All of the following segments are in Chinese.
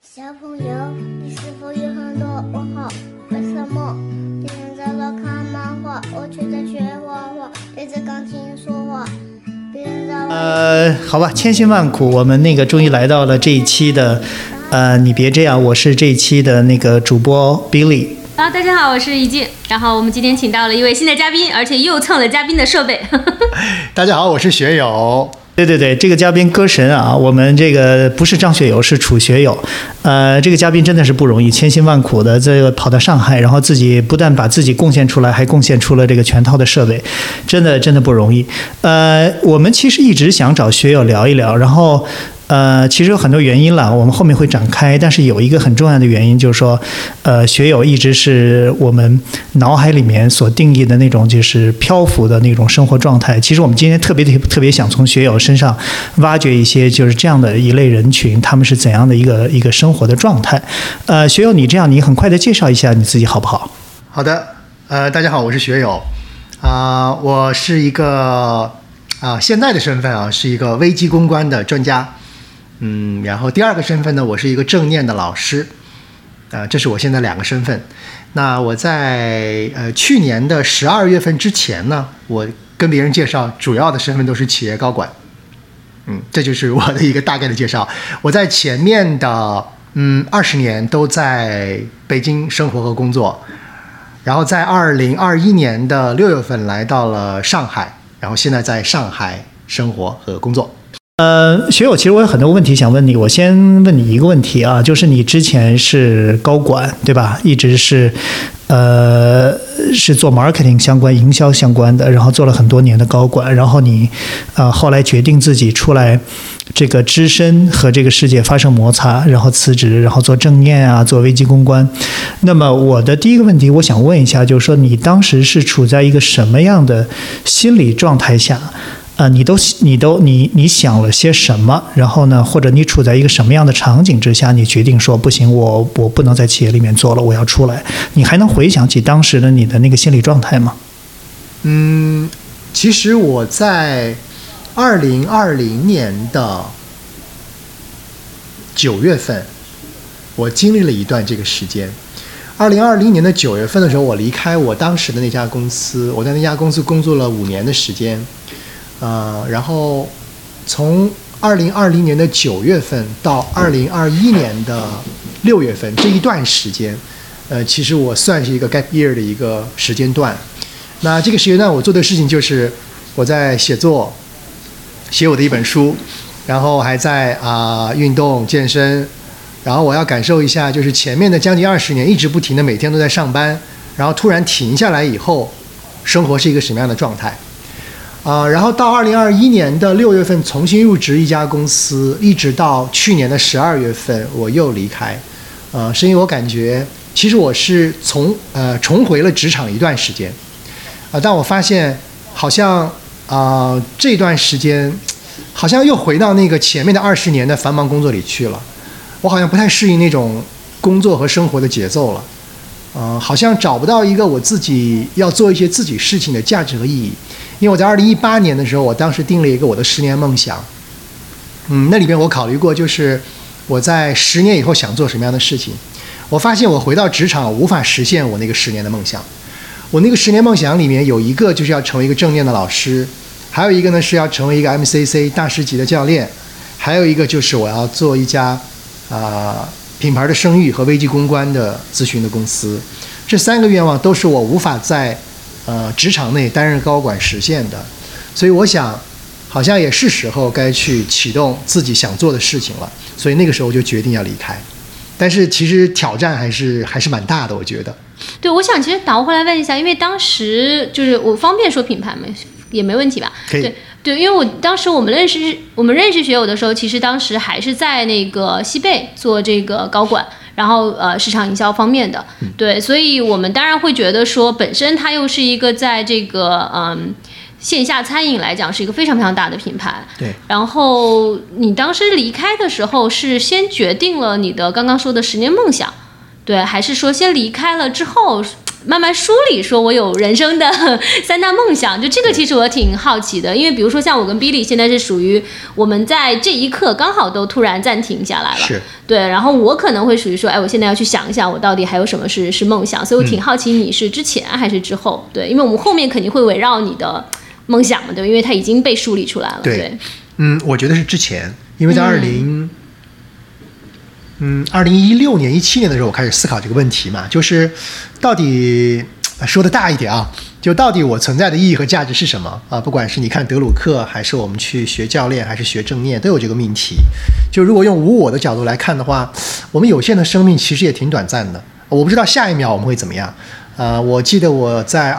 小朋友，你是否有很多问号？为什么别人在那看漫画，我却在学画画，对着钢琴说话？别人在好吧，千辛万苦，我们终于来到了这一期的你别这样，我是这一期的主播 Billy。 大家好，我是一静。然后我们今天请到了一位新的嘉宾，而且又蹭了嘉宾的设备。 大家好，我是学友。 对，这个嘉宾歌神啊，我们这个不是张学友，是楚学友。这个嘉宾真的是不容易，千辛万苦的这个跑到上海，然后自己不但把自己贡献出来，还贡献出了这个全套的设备，真的不容易。我们其实一直想找学友聊一聊，然后其实有很多原因了，我们后面会展开。但是有一个很重要的原因，就是说，学友一直是我们脑海里面所定义的那种就是漂浮的那种生活状态。其实我们今天特别想从学友身上挖掘一些就是这样的一类人群，他们是怎样的一个生活的状态。学友，你很快的介绍一下你自己好不好？ 好的，大家好，我是学友。我是一个现在的身份是一个危机公关的专家。然后第二个身份呢，我是一个正念的老师，这是我现在两个身份。那我在去年的12月份之前呢，我跟别人介绍主要的身份都是企业高管，这就是我的一个大概的介绍。我在前面的20年都在北京生活和工作，然后在2021年的6月份来到了上海，然后现在在上海生活和工作。 学友，其实我有很多问题想问你，我先问你一个问题啊，就是你之前是高管对吧？一直是做 marketing 相关、营销相关的，然后做了很多年的高管，然后你后来决定自己出来，这个只身和这个世界发生摩擦，然后辞职，然后做正念啊，做危机公关。那么我的第一个问题，我想问一下，就是说你当时是处在一个什么样的心理状态下？你想了些什么？然后呢，或者你处在一个什么样的场景之下，你决定说不行，我不能在企业里面做了，我要出来？你还能回想起当时的你的那个心理状态吗？ 其实我在2020年的9月份，我经历了一段这个时间。2020年的9月份的时候，我离开我当时的那家公司，我在那家公司工作了5年的时间。然后从2020年的9月份到2021年的6月份这一段时间，其实我算是一个 gap year 的一个时间段。那这个时间段我做的事情就是我在写我的一本书，然后还在运动健身，然后我要感受一下就是前面的将近20年一直不停的每天都在上班，然后突然停下来以后，生活是一个什么样的状态。然后到2021年的6月份重新入职一家公司，一直到去年的12月份我又离开，是因为我感觉其实我是重回了职场一段时间，但我发现好像这段时间好像又回到那个前面的20年的繁忙工作里去了，我好像不太适应那种工作和生活的节奏了，好像找不到一个我自己要做一些自己事情的价值和意义。因为我在2018年的时候，我当时定了一个我的10年梦想，那里边我考虑过，就是我在10年以后想做什么样的事情。我发现我回到职场无法实现我那个10年的梦想。我那个10年梦想里面有一个就是要成为一个正念的老师，还有一个呢是要成为一个 MCC 大师级的教练，还有一个就是我要做一家品牌的声誉和危机公关的咨询的公司。这3个愿望都是我无法在职场内担任高管实现的，所以我想好像也是时候该去启动自己想做的事情了，所以那个时候就决定要离开。但是其实挑战还是蛮大的，我觉得。 对，我想其实倒回来问一下，因为当时就是我方便说品牌吗？也没问题吧？ 可以。 对，因为当时我们认识学友的时候，其实当时还是在那个西贝做这个高管。然后市场营销方面的，对，所以我们当然会觉得说，本身它又是一个在这个线下餐饮来讲是一个非常非常大的品牌。 对。然后你当时离开的时候，是先决定了你的刚刚说的10年梦想，对，还是说先离开了之后慢慢梳理，说我有人生的3大梦想，就这个其实我挺好奇的，因为比如说像我跟 Billy 现在是属于我们在这一刻刚好都突然暂停下来了， 是对，然后我可能会属于说，哎，我现在要去想一想，我到底还有什么是梦想，所以我挺好奇你是之前还是之后，对，因为我们后面肯定会围绕你的梦想嘛，对，因为它已经被梳理出来了，对， 我觉得是之前，因为在2016年、17年的时候，我开始思考这个问题嘛，就是到底说的大一点啊，就到底我存在的意义和价值是什么啊？不管是你看德鲁克，还是我们去学教练，还是学正念，都有这个命题。就如果用无我的角度来看的话，我们有限的生命其实也挺短暂的。我不知道下一秒我们会怎么样。我记得我在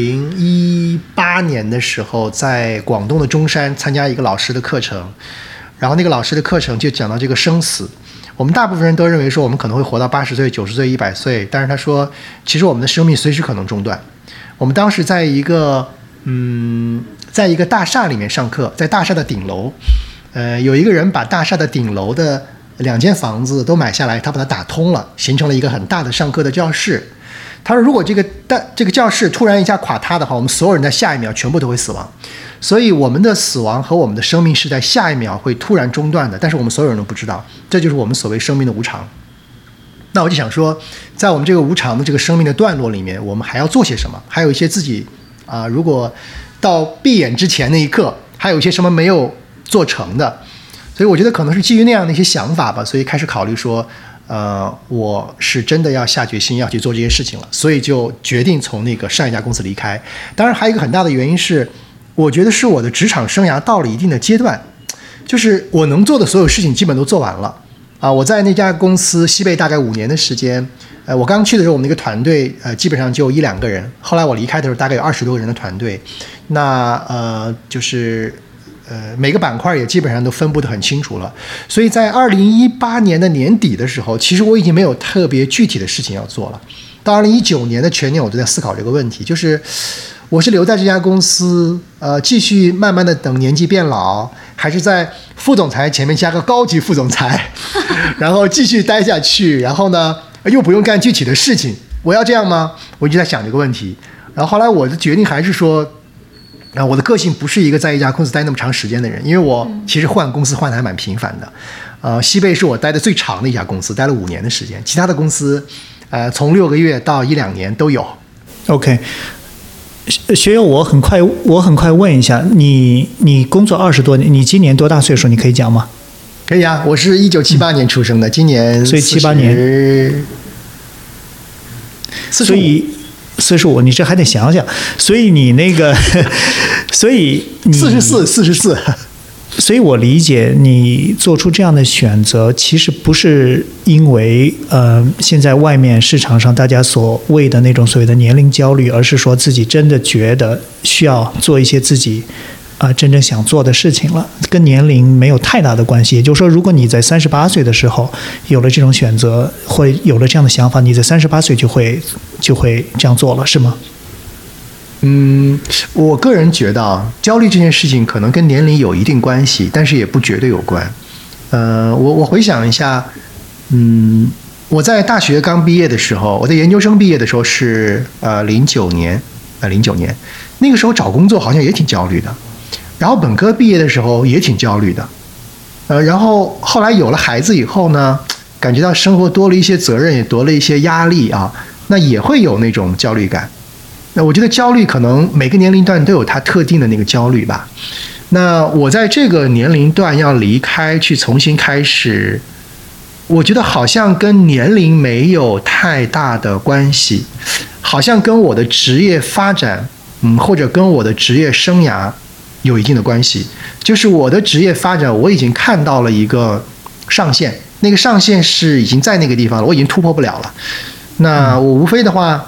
2018年的时候，在广东的中山参加一个老师的课程，然后那个老师的课程就讲到这个生死。我们大部分人都认为说我们可能会活到80岁、90岁、100岁，但是他说，其实我们的生命随时可能中断。我们当时在一个大厦里面上课，在大厦的顶楼，有一个人把大厦的顶楼的2间房子都买下来，他把它打通了，形成了一个很大的上课的教室。他说，如果这个教室突然一下垮塌的话，我们所有人在下一秒全部都会死亡。所以我们的死亡和我们的生命是在下一秒会突然中断的，但是我们所有人都不知道，这就是我们所谓生命的无常。那我就想说，在我们这个无常的这个生命的段落里面，我们还要做些什么？还有一些自己如果到闭眼之前那一刻，还有一些什么没有做成的。所以我觉得可能是基于那样的一些想法吧，所以开始考虑说，我是真的要下决心要去做这些事情了，所以就决定从那个上一家公司离开。当然还有一个很大的原因是，我觉得是我的职场生涯到了一定的阶段，就是我能做的所有事情基本都做完了我在那家公司西贝大概5年的时间，我刚去的时候我们那个团队基本上就1-2个人，后来我离开的时候大概有20多个人的团队，那就是每个板块也基本上都分布得很清楚了。所以在2018年的年底的时候，其实我已经没有特别具体的事情要做了。到2019年的全年，我都在思考这个问题，就是我是留在这家公司，继续慢慢的等年纪变老，还是在副总裁前面加个高级副总裁，然后继续待下去，然后呢又不用干具体的事情，我要这样吗？我一直在想这个问题。然后后来我的决定还是说，我的个性不是一个在一家公司待那么长时间的人，因为我其实换公司换的还蛮频繁的。西贝是我待的最长的一家公司，待了5年的时间，其他的公司从6个月到1-2年都有。 OK， 学友，我很快问一下，你工作20多年，你今年多大岁数？你可以讲吗？ 可以啊，我是1978年出生的，今年所以78年，所以45，你这还得想想。所以你那个，所以你44。所以我理解你做出这样的选择，其实不是因为现在外面市场上大家所谓的那种所谓的年龄焦虑，而是说自己真的觉得需要做一些自己真正想做的事情了，跟年龄没有太大的关系。也就是说，如果你在38岁的时候有了这种选择，或有了这样的想法，你在38岁就会这样做了，是吗？ 我个人觉得焦虑这件事情可能跟年龄有一定关系，但是也不绝对有关。我回想一下，我在大学刚毕业的时候，我在研究生毕业的时候是09年，那个时候找工作好像也挺焦虑的，然后本科毕业的时候也挺焦虑的，然后后来有了孩子以后呢，感觉到生活多了一些责任，也多了一些压力那也会有那种焦虑感。那我觉得焦虑可能每个年龄段都有它特定的那个焦虑吧。那我在这个年龄段要离开去重新开始，我觉得好像跟年龄没有太大的关系，好像跟我的职业发展，或者跟我的职业生涯有一定的关系。就是我的职业发展，我已经看到了一个上限，那个上限是已经在那个地方了，我已经突破不了了。那我无非的话，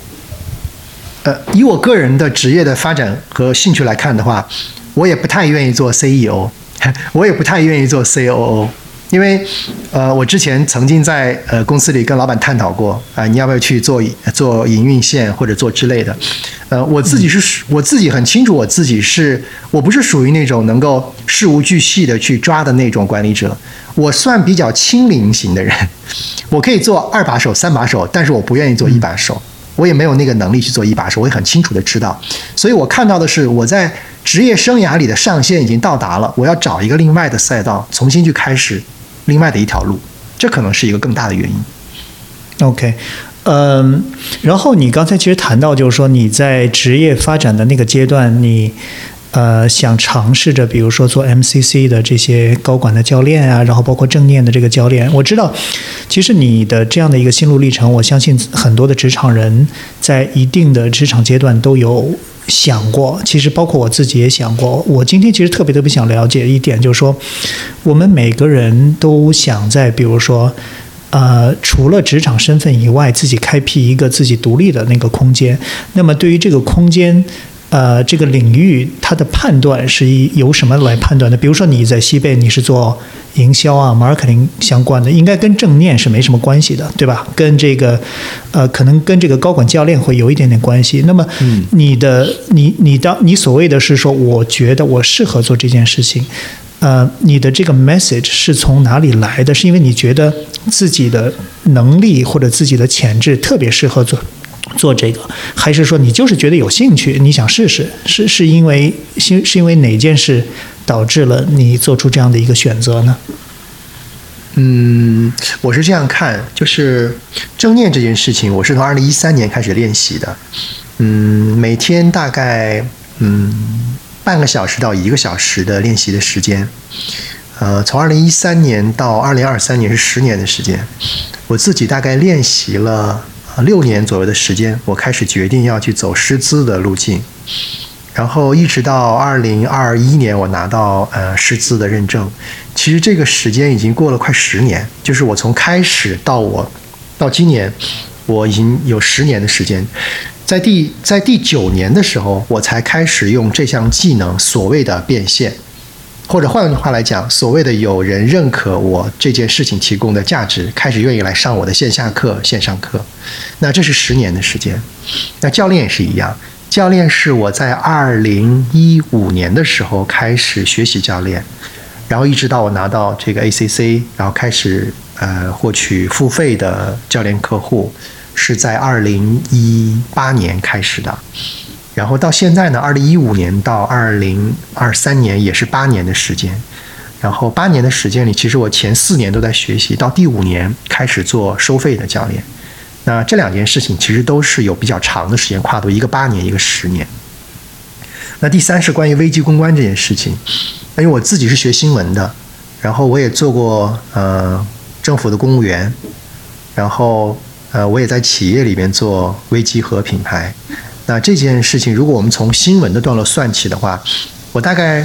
以我个人的职业的发展和兴趣来看的话，我也不太愿意做 CEO， 我也不太愿意做 COO， 因为我之前曾经在公司里跟老板探讨过你要不要去做营运线或者做之类的。我自己很清楚，我不是属于那种能够事无巨细的去抓的那种管理者，我算比较轻灵型的人，我可以做2把手3把手，但是我不愿意做1把手。 我也没有那个能力去做一把手，我也很清楚的知道。所以我看到的是我在职业生涯里的上限已经到达了，我要找一个另外的赛道，重新去开始另外的一条路，这可能是一个更大的原因。 OK。然后你刚才其实谈到，就是说你在职业发展的那个阶段，你想尝试着，比如说做 MCC 的这些高管的教练啊，然后包括正念的这个教练。我知道，其实你的这样的一个心路历程，我相信很多的职场人在一定的职场阶段都有想过，其实包括我自己也想过。我今天其实特别想了解一点，就是说，我们每个人都想在，比如说。除了职场身份以外，自己开辟一个自己独立的那个空间。那么对于这个空间，这个领域，它的判断是由什么来判断的？比如说你在西贝，你是做营销啊、marketing 相关的，应该跟正念是没什么关系的，对吧？跟这个，可能跟这个高管教练会有一点点关系。那么你所谓的是说，我觉得我适合做这件事情。你的这个 message 是从哪里来的？是因为你觉得自己的能力或者自己的潜质特别适合做这个，还是说你就是觉得有兴趣，你想试试？是因为哪件事导致了你做出这样的一个选择呢？ 我是这样看，就是正念这件事情，我是从2013年开始练习的。每天大概半个小时到1个小时的练习的时间，从2013年到2023年是10年的时间。我自己大概练习了6年左右的时间，我开始决定要去走师资的路径，然后一直到2021年我拿到师资的认证。其实这个时间已经过了快10年，就是我从开始到今年，我已经有10年的时间。在第9年的时候，我才开始用这项技能所谓的变现，或者换句话来讲，所谓的有人认可我这件事情提供的价值，开始愿意来上我的线下课、线上课。那这是10年的时间。那教练也是一样，教练是我在2015年的时候开始学习教练，然后一直到我拿到这个 ACC， 然后开始获取付费的教练客户。是在2018年开始的，然后到现在呢，2015年到2023年也是8年的时间。然后8年的时间里，其实我前4年都在学习，到第5年开始做收费的教练。那这2件事情其实都是有比较长的时间跨度，一个8年，一个10年。那第3是关于危机公关这件事情，因为我自己是学新闻的，然后我也做过政府的公务员，然后我也在企业里面做危机和品牌。那这件事情，如果我们从新闻的段落算起的话，我大概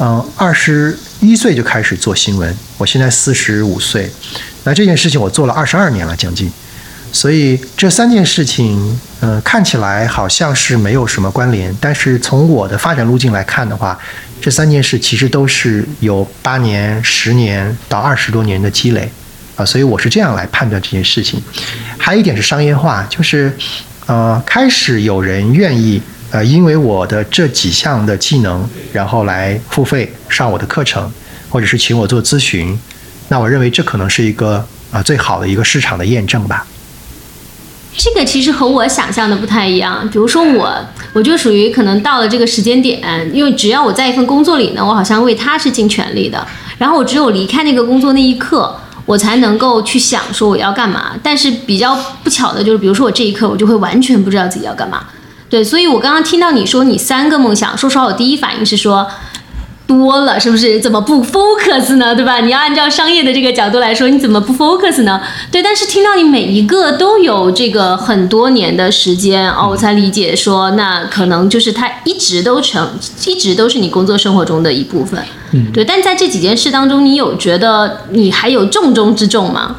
21岁就开始做新闻，我现在45岁。那这件事情我做了22年了，将近。所以这3件事情，看起来好像是没有什么关联，但是从我的发展路径来看的话，这3件事其实都是有8年、10年到20多年的积累。所以我是这样来判断这件事情。还有一点是商业化，就是开始有人愿意因为我的这几项的技能，然后来付费上我的课程，或者是请我做咨询。那我认为这可能是一个最好的一个市场的验证吧。 这个其实和我想象的不太一样。比如说我就属于可能到了这个时间点，因为只要我在一份工作里呢，我好像为它是尽全力的，然后我只有离开那个工作那一刻，我才能够去想说我要干嘛。但是比较不巧的就是，比如说我这一刻我就会完全不知道自己要干嘛。对，所以我刚刚听到你说你3个梦想，说实话我第一反应是说多了，是不是？怎么不 focus 呢？对吧？你要按照商业的这个角度来说，你怎么不 focus 呢？对，但是听到你每一个都有这个很多年的时间我才理解说，那可能就是它一直都是你工作生活中的一部分。对。但在这几件事当中，你有觉得你还有重中之重吗？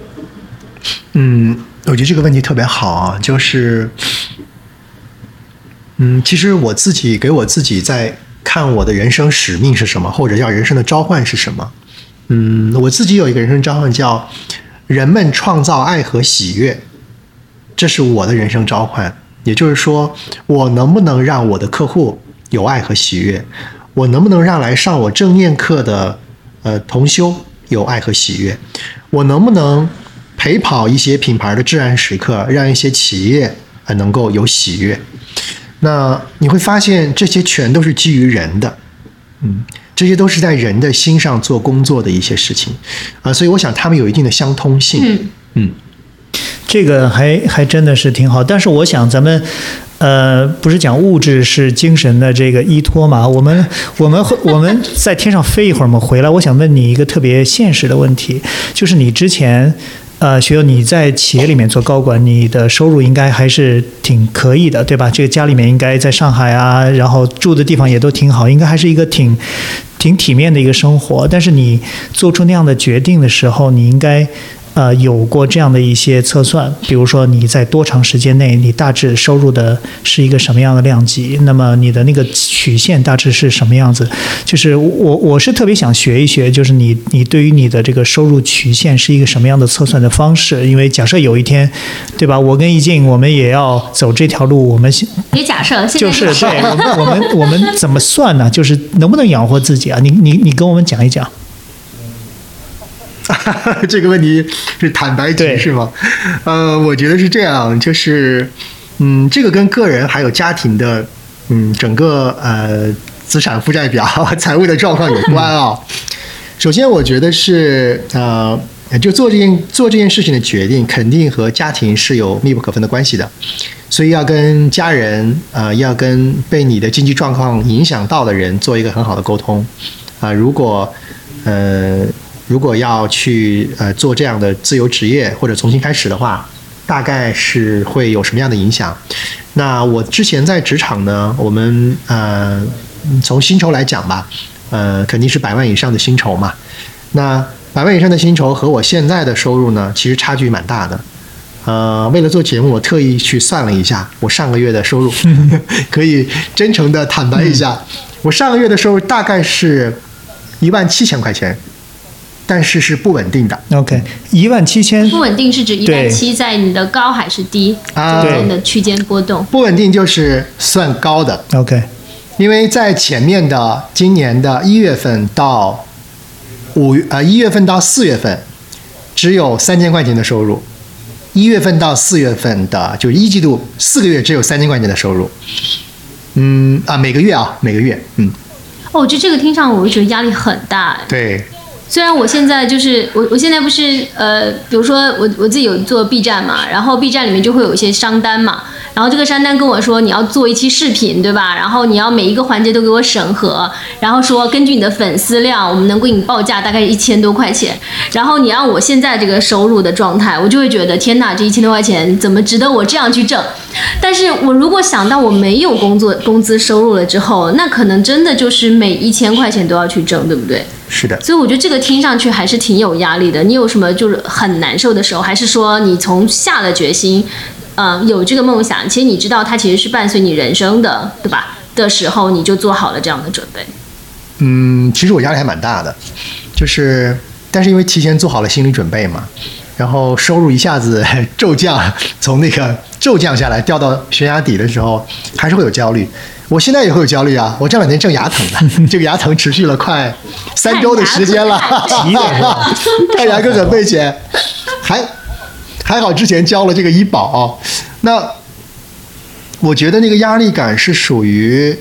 我觉得这个问题特别好啊，就是其实我自己给我自己在看我的人生使命是什么，或者叫人生的召唤是什么。我自己有一个人生召唤叫人们创造爱和喜悦，这是我的人生召唤。也就是说，我能不能让我的客户有爱和喜悦，我能不能让来上我正念课的同修有爱和喜悦，我能不能陪跑一些品牌的至暗时刻，让一些企业能够有喜悦。那你会发现这些全都是基于人的，这些都是在人的心上做工作的一些事情，所以我想他们有一定的相通性。 这个还真的是挺好。但是我想咱们不是讲物质是精神的这个依托嘛？我们在天上飞一会儿，我们回来，我想问你一个特别现实的问题，就是你之前学友你在企业里面做高管，你的收入应该还是挺可以的，对吧？这个家里面应该在上海啊，然后住的地方也都挺好，应该还是一个挺体面的一个生活。但是你做出那样的决定的时候，你应该有过这样的一些测算，比如说你在多长时间内你大致收入的是一个什么样的量级，那么你的那个曲线大致是什么样子。就是我是特别想学一学，就是你对于你的这个收入曲线是一个什么样的测算的方式。因为假设有一天，对吧，我跟易静我们也要走这条路，我们别假设，现在就是对我们怎么算呢？就是能不能养活自己啊？你跟我们讲一讲。 这个问题是坦白题是吗？我觉得是这样，就是这个跟个人还有家庭的整个资产负债表财务的状况有关啊。首先我觉得是就做这件事情的决定肯定和家庭是有密不可分的关系的，所以要跟家人要跟被你的经济状况影响到的人做一个很好的沟通如果要去做这样的自由职业或者重新开始的话，大概是会有什么样的影响？那我之前在职场呢，我们从薪酬来讲吧，肯定是100万以上的薪酬嘛。那100万以上的薪酬和我现在的收入呢，其实差距蛮大的。为了做节目，我特意去算了一下我上个月的收入，可以真诚的坦白一下，我上个月的收入大概是17000块钱。但是是不稳定的。 OK， 17000 不稳定是指17000在你的高还是低中间的区间波动？ 不稳定就是算高的。 OK， 因为在前面的今年的1月份到1月份到4月份，只有3000块钱的收入；1月份到4月份的就是1季度4个月只有3000块钱的收入。每个月。 我觉得这个听上我就觉得压力很大。 对。 虽然我现在就是我现在不是比如说我自己有做 B 站嘛，然后 B 站里面就会有一些商单嘛，然后这个商单跟我说你要做一期视频，对吧？然后你要每一个环节都给我审核，然后说根据你的粉丝量，我们能给你报价大概1000多块钱。然后你让我现在这个收入的状态，我就会觉得天哪，这1000多块钱怎么值得我这样去挣？但是我如果想到我没有工资收入了之后，那可能真的就是每1000块钱都要去挣，对不对？ 是的。 所以我觉得这个听上去还是挺有压力的。你有什么就是很难受的时候，还是说你从下了决心，有这个梦想，其实你知道它其实是伴随你人生的，对吧？的时候，你就做好了这样的准备。 其实我压力还蛮大的，但是因为提前做好了心理准备嘛，然后收入一下子骤降，从那个骤降下来掉到悬崖底的时候，还是会有焦虑。我现在也会有焦虑啊！我这2天正牙疼呢，这个牙疼持续了快3周的时间了，看牙科很费钱，还好之前交了这个医保。那我觉得那个压力感是属于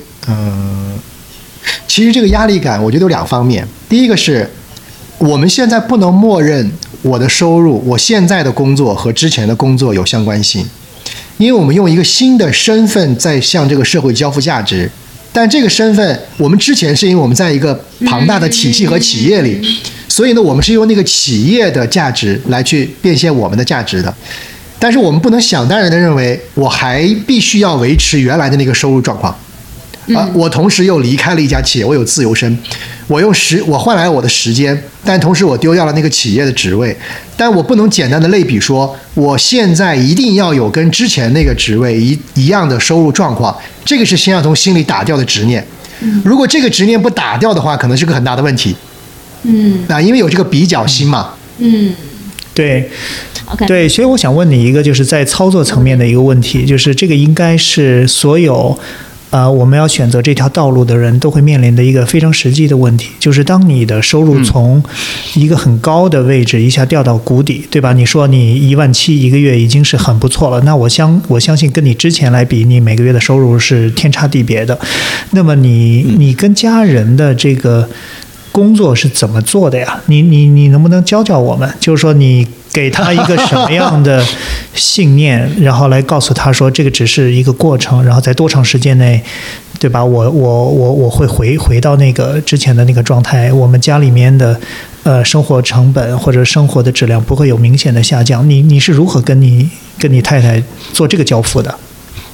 其实这个压力感我觉得有2方面。第一个是我们现在不能默认我的收入，我现在的工作和之前的工作有相关性。因为我们用一个新的身份在向这个社会交付价值，但这个身份我们之前是因为我们在一个庞大的体系和企业里，所以呢我们是用那个企业的价值来去变现我们的价值的。但是我们不能想当然的认为我还必须要维持原来的那个收入状况。我同时又离开了一家企业，我有自由身，我换来了我的时间，但同时我丢掉了那个企业的职位。但我不能简单的类比说，我现在一定要有跟之前那个职位一样的收入状况，这个是先要从心里打掉的执念。如果这个执念不打掉的话，可能是个很大的问题。因为有这个比较心嘛。 对。 Okay. 对，所以我想问你一个，就是在操作层面的一个问题，就是这个应该是所有我们要选择这条道路的人都会面临的一个非常实际的问题，就是当你的收入从一个很高的位置一下掉到谷底，对吧？你说你17000一个月已经是很不错了，那我相信跟你之前来比，你每个月的收入是天差地别的。那么你跟家人的这个工作是怎么做的呀？你能不能教我们？就是说你给他一个什么样的信念，然后来告诉他说这个只是一个过程，然后在多长时间内，对吧？我会回到那个之前的那个状态，我们家里面的生活成本或者生活的质量不会有明显的下降。你是如何跟你太太做这个交付的？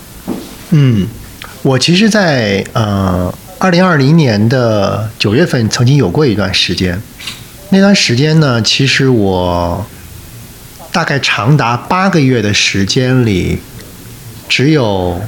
我其实在2020年的9月份曾经有过一段时间，那段时间呢，其实我大概长达8个月的时间里，只有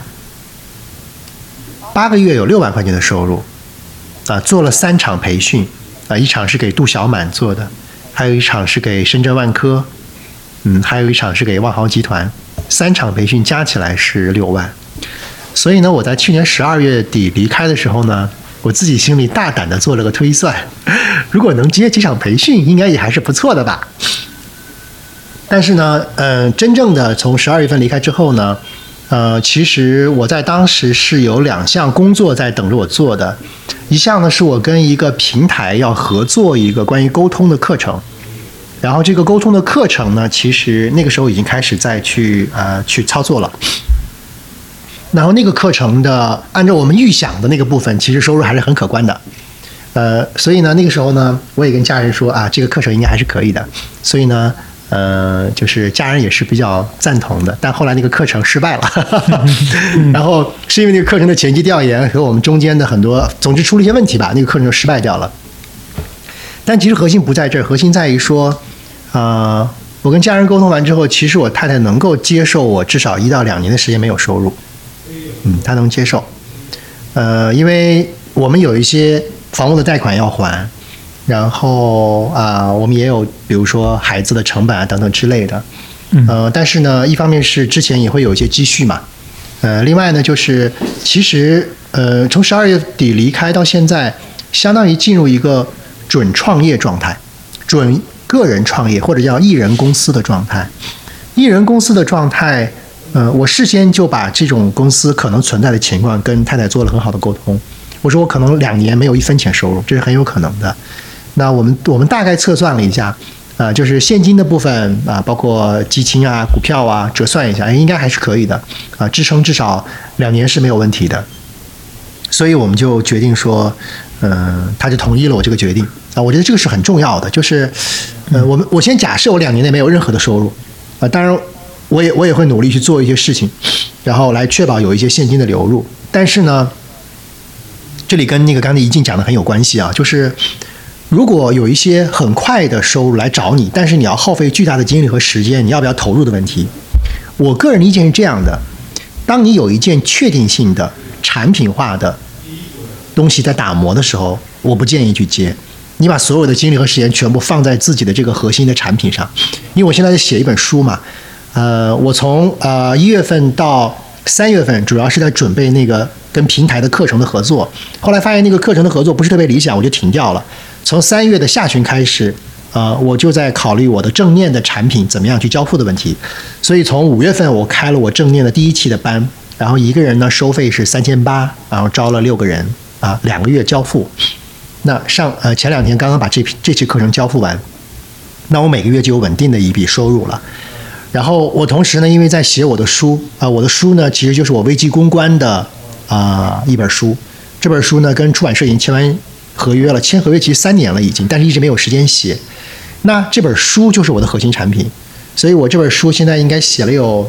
8个月有6万块钱的收入，做了3场培训，一场是给杜小满做的，还有一场是给深圳万科，还有一场是给万豪集团，3场培训加起来是6万。所以呢，我在去年12月底离开的时候呢，我自己心里大胆的做了个推算，如果能接几场培训，应该也还是不错的吧。但是呢，真正的从12月份离开之后呢，其实我在当时是有2项工作在等着我做的，一项呢是我跟一个平台要合作一个关于沟通的课程，然后这个沟通的课程呢，其实那个时候已经开始在去操作了。然后那个课程的按照我们预想的那个部分，其实收入还是很可观的，所以呢，那个时候呢，我也跟家人说这个课程应该还是可以的，所以呢，就是家人也是比较赞同的。但后来那个课程失败了，然后是因为那个课程的前期调研和我们中间的很多，总之出了一些问题吧，那个课程就失败掉了。但其实核心不在这儿，核心在于说，我跟家人沟通完之后，其实我太太能够接受我至少1到2年的时间没有收入。他能接受，因为我们有一些房屋的贷款要还，然后我们也有比如说孩子的成本等等之类的，但是呢，一方面是之前也会有一些积蓄嘛，另外呢就是其实从12月底离开到现在，相当于进入一个准创业状态，准个人创业或者叫艺人公司的状态，艺人公司的状态。我事先就把这种公司可能存在的情况跟太太做了很好的沟通。我说我可能2年没有1分钱收入，这是很有可能的。那我们大概测算了一下，就是现金的部分包括基金股票折算一下，应该还是可以的，支撑至少2年是没有问题的。所以我们就决定说，他就同意了我这个决定我觉得这个是很重要的，就是我先假设我2年内没有任何的收入当然。我也会努力去做一些事情，然后来确保有一些现金的流入。但是呢，这里跟那个刚才一静讲的很有关系就是如果有一些很快的收入来找你，但是你要耗费巨大的精力和时间，你要不要投入的问题，我个人理解是这样的：当你有一件确定性的产品化的东西在打磨的时候，我不建议去接。你把所有的精力和时间全部放在自己的这个核心的产品上，因为我现在在写一本书嘛。我从1月份到3月份，主要是在准备那个跟平台的课程的合作。后来发现那个课程的合作不是特别理想，我就停掉了。从3月的下旬开始，我就在考虑我的正念的产品怎么样去交付的问题。所以从5月份我开了我正念的第1期的班，然后一个人呢收费是3800，然后招了6个人2个月交付。那前2天刚刚把这期课程交付完，那我每个月就有稳定的一笔收入了。然后我同时呢，因为在写我的书我的书呢其实就是我危机公关的一本书。这本书呢跟出版社已经签完合约了，签合约其实3年了已经，但是一直没有时间写。那这本书就是我的核心产品，所以我这本书现在应该写了有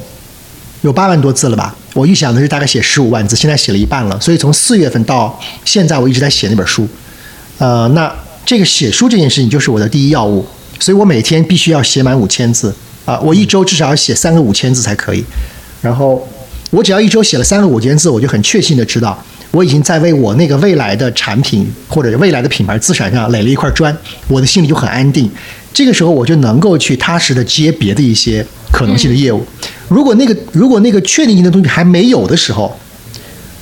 8万多字了吧？我预想的是大概写15万字，现在写了一半了。所以从4月份到现在，我一直在写那本书。那这个写书这件事情就是我的第一要务，所以我每天必须要写满5000字。我1周至少要写3个5000字才可以。然后我只要1周写了3个5000字，我就很确信的知道我已经在为我那个未来的产品或者未来的品牌资产上垒了一块砖，我的心里就很安定。这个时候我就能够去踏实的接别的一些可能性的业务。如果那个确定性的东西还没有的时候，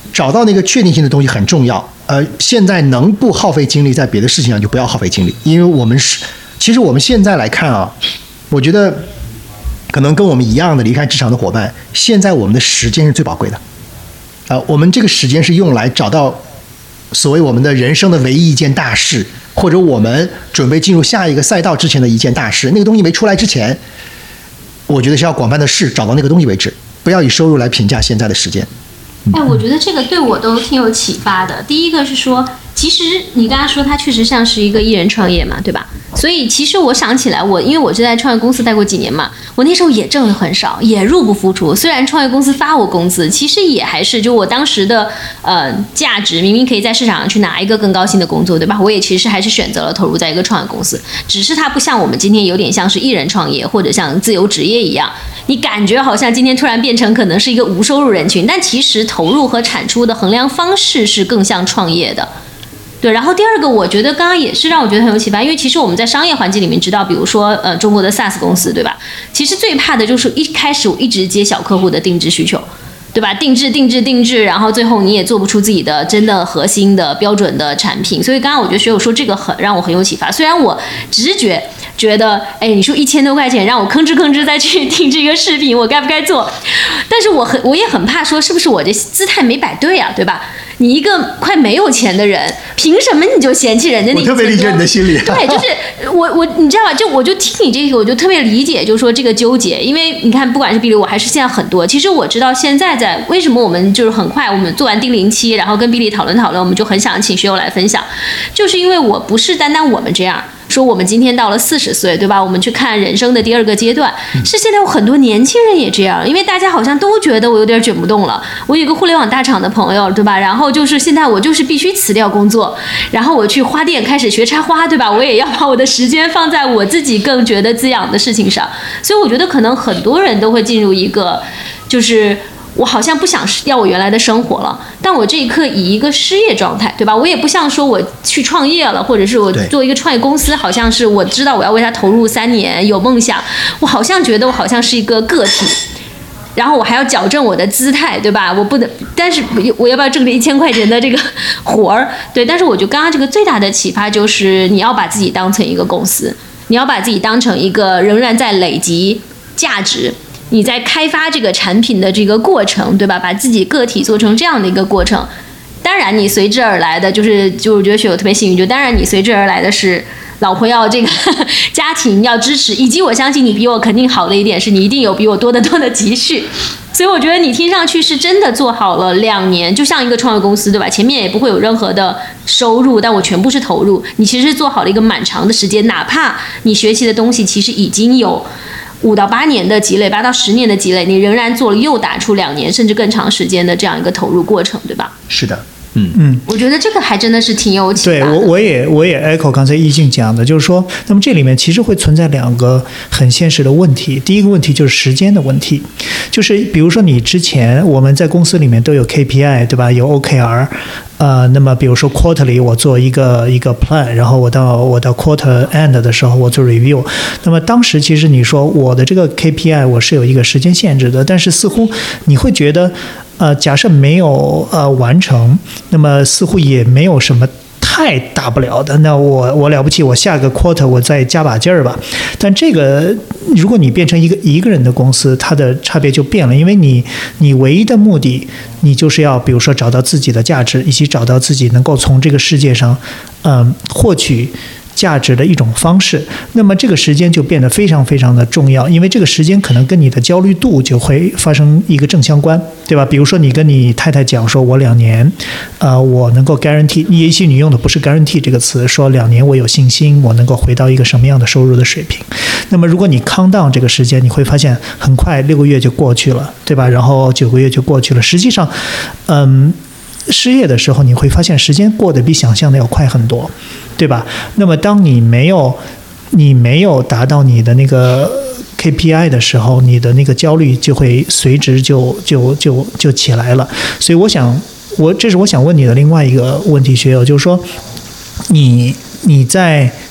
找到那个确定性的东西很重要。现在能不耗费精力在别的事情上就不要耗费精力，因为其实我们现在来看啊，我觉得可能跟我们一样的离开职场的伙伴，现在我们的时间是最宝贵的。我们这个时间是用来找到所谓我们的人生的唯一一件大事，或者我们准备进入下一个赛道之前的一件大事。那个东西没出来之前，我觉得是要广泛的试，找到那个东西为止，不要以收入来评价现在的时间。 我觉得这个对我都挺有启发的。第一个是说，其实你刚刚说它确实像是一个艺人创业嘛，对吧？所以其实我想起来，因为我是在创业公司待过几年嘛，我那时候也挣得很少，也入不敷出。虽然创业公司发我工资，其实也还是就我当时的价值，明明可以在市场上去拿一个更高薪的工作，对吧？我也其实还是选择了投入在一个创业公司，只是它不像我们今天有点像是艺人创业或者像自由职业一样，你感觉好像今天突然变成可能是一个无收入人群，但其实投入和产出的衡量方式是更像创业的。对，然后第二个，我觉得刚刚也是让我觉得很有启发，因为其实我们在商业环境里面知道，比如说中国的 SaaS 公司，对吧？其实最怕的就是一开始我一直接小客户的定制需求，对吧？定制，然后最后你也做不出自己的真的核心的标准的产品。所以刚刚我觉得学友说这个让我很有启发。虽然我直觉觉得，你说1000多块钱让我吭哧再去定制一个视频，我该不该做？但是我也很怕说，是不是我这姿态没摆对啊，对吧？你一个快没有钱的人，凭什么你就嫌弃人家那？ 我特别理解你的心理。 对，就是我，你知道吧？我就听你这个，我就特别理解，就是说这个纠结，因为你看，不管是比如我还是现在很多，其实我知道现在为什么我们就是很快我们做完定龄期，然后跟比利讨论，我们就很想请学友来分享，就是因为我不是单单我们这样。说我们今天到了40岁，对吧？我们去看人生的第2个阶段，是现在有很多年轻人也这样，因为大家好像都觉得我有点卷不动了。我有一个互联网大厂的朋友，对吧？然后就是现在我就是必须辞掉工作，然后我去花店开始学插花，对吧？我也要把我的时间放在我自己更觉得滋养的事情上。所以我觉得可能很多人都会进入一个就是我好像不想要我原来的生活了，但我这一刻以一个失业状态，对吧？我也不像说我去创业了，或者是我做一个创业公司，好像是我知道我要为它投入3年，有梦想，我好像觉得我好像是一个个体，然后我还要矫正我的姿态，对吧？我不能，但是我要不要挣这1000块钱的这个活儿？对，但是我觉得刚刚这个最大的启发就是你要把自己当成一个公司，你要把自己当成一个仍然在累积价值。你在开发这个产品的这个过程，对吧？把自己个体做成这样的一个过程，当然你随之而来的就我觉得学友特别幸运，就当然你随之而来的是老婆要这个家庭要支持，以及我相信你比我肯定好的一点是你一定有比我多的积蓄，所以我觉得你听上去是真的做好了2年，就像一个创业公司，对吧？前面也不会有任何的收入，但我全部是投入，你其实是做好了一个蛮长的时间，哪怕你学习的东西其实已经有5到8年的积累，8到10年的积累，你仍然做了又打出2年甚至更长时间的这样一个投入过程，对吧？ 是的。 我觉得这个还真的是挺有启发的。 对，我也 echo 刚才易静讲的，就是说，那么这里面其实会存在2个很现实的问题。第一个问题就是时间的问题，就是比如说你之前我们在公司里面都有 KPI， 对吧？有 OKR。那么比如说 quarterly 我做一个 plan， 然后我到 quarter end 的时候我做 review。那么当时其实你说我的这个 KPI 我是有一个时间限制的，但是似乎你会觉得假设没有完成，那么似乎也没有什么太大不了的，那我了不起，我下个 quarter 我再加把劲儿吧。但这个如果你变成一个人的公司，它的差别就变了，因为你唯一的目的，你就是要比如说找到自己的价值，以及找到自己能够从这个世界上获取价值的一种方式。那么这个时间就变得非常非常的重要，因为这个时间可能跟你的焦虑度就会发生一个正相关，对吧？比如说你跟你太太讲说我2年我能够 guarantee， 也许你用的不是 guarantee 这个词，说2年我有信心我能够回到一个什么样的收入的水平。那么如果你 count down 这个时间，你会发现很快6个月就过去了，对吧？然后9个月就过去了。实际上失业的时候你会发现时间过得比想象的要快很多，对吧？那么当你没有达到你的那个 KPI 的时候，你的那个焦虑就会随之就起来了。所以这是我想问你的另外一个问题，学友，就是说你在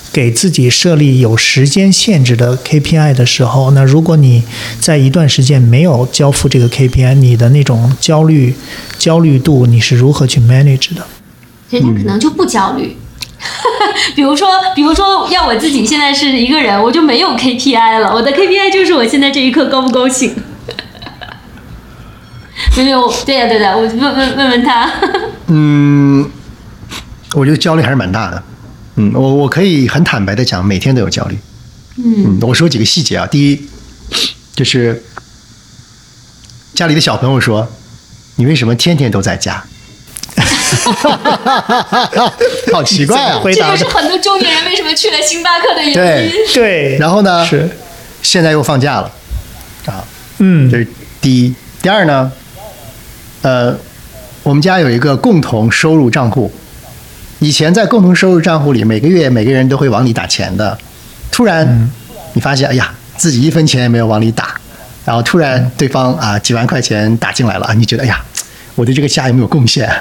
给自己设立有时间限制的 KPI 的时候，那如果你在一段时间没有交付这个 KPI， 你的那种焦虑度你是如何去 manage 的？ 人家可能就不焦虑。比如说，要我自己现在是一个人，我就没有 KPI 了，我的 KPI 就是我现在这一刻高不高兴。没有，对呀，我问他。 我觉得焦虑还是蛮大的。我可以很坦白的讲，每天都有焦虑。我说几个细节啊。第一，就是家里的小朋友说：“你为什么天天都在家？”好奇怪啊！ 这就是很多中年人为什么去了星巴克的原因。 对。 然后呢？ 是。 现在又放假了，啊。这是第一。第二呢？我们家有一个共同收入账户。以前在共同收入账户里，每个月每个人都会往里打钱的。突然，你发现，哎呀，自己1分钱也没有往里打，然后突然对方几万块钱打进来了，你觉得，哎呀，我对这个家有没有贡献？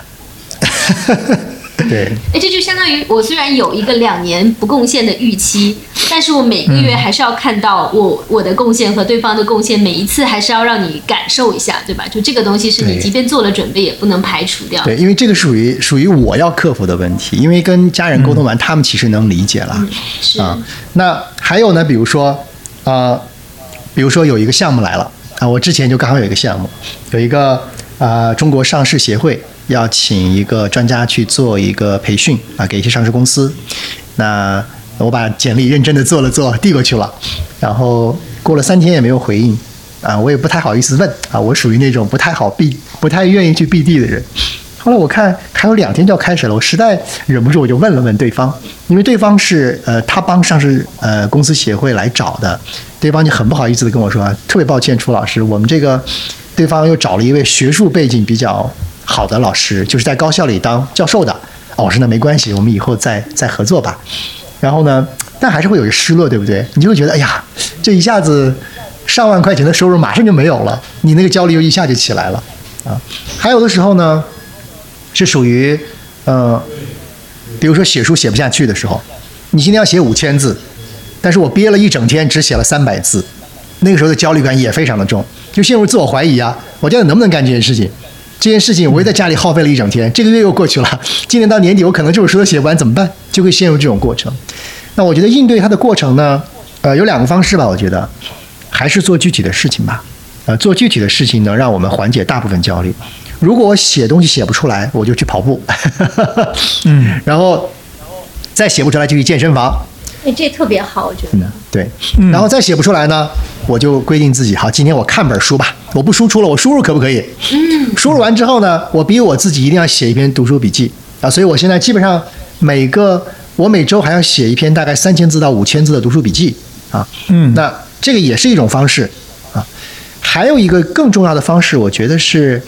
对。 这就相当于我虽然有一个2年不贡献的预期，但是我每个月还是要看到我的贡献和对方的贡献，每一次还是要让你感受一下，对吧？就这个东西是你即便做了准备也不能排除掉。 对，因为这个属于我要克服的问题，因为跟家人沟通完，他们其实能理解了。 是那还有呢，比如说有一个项目来了我之前就刚好有一个项目，有一个中国上市协会要请一个专家去做一个培训给一些上市公司。那我把简历认真的做了递过去了，然后过了3天也没有回应我也不太好意思问我属于那种不太愿意去避地的人。后来我看还有2天就要开始了，我实在忍不住，我就问了问对方，因为对方是他帮上市公司协会来找的，对方就很不好意思的跟我说特别抱歉，楚老师，我们这个对方又找了一位学术背景比较好的老师，就是在高校里当教授的。我说那没关系，我们以后再合作吧。然后呢，但还是会有一个失落，对不对？你就会觉得，哎呀，这一下子上万块钱的收入马上就没有了，你那个焦虑又一下就起来了还有的时候呢，是属于比如说写书写不下去的时候，你今天要写5000字，但是我憋了一整天只写了300字，那个时候的焦虑感也非常的重，就陷入自我怀疑我到底能不能干这件事情？这件事情我也在家里耗费了一整天，这个月又过去了，今年到年底我可能这本书都写不完，怎么办？就会陷入这种过程。那我觉得应对它的过程呢，有2个方式吧。我觉得还是做具体的事情吧。做具体的事情能让我们缓解大部分焦虑。如果我写东西写不出来，我就去跑步，然后再写不出来就去健身房。 这特别好，我觉得。 对，然后再写不出来呢，我就规定自己，好，今天我看本书吧，我不输出了，我输入可不可以？输入完之后呢，我逼我自己一定要写一篇读书笔记所以我现在基本上我每周还要写一篇大概3000字到5000字的读书笔记那这个也是一种方式还有一个更重要的方式，我觉得是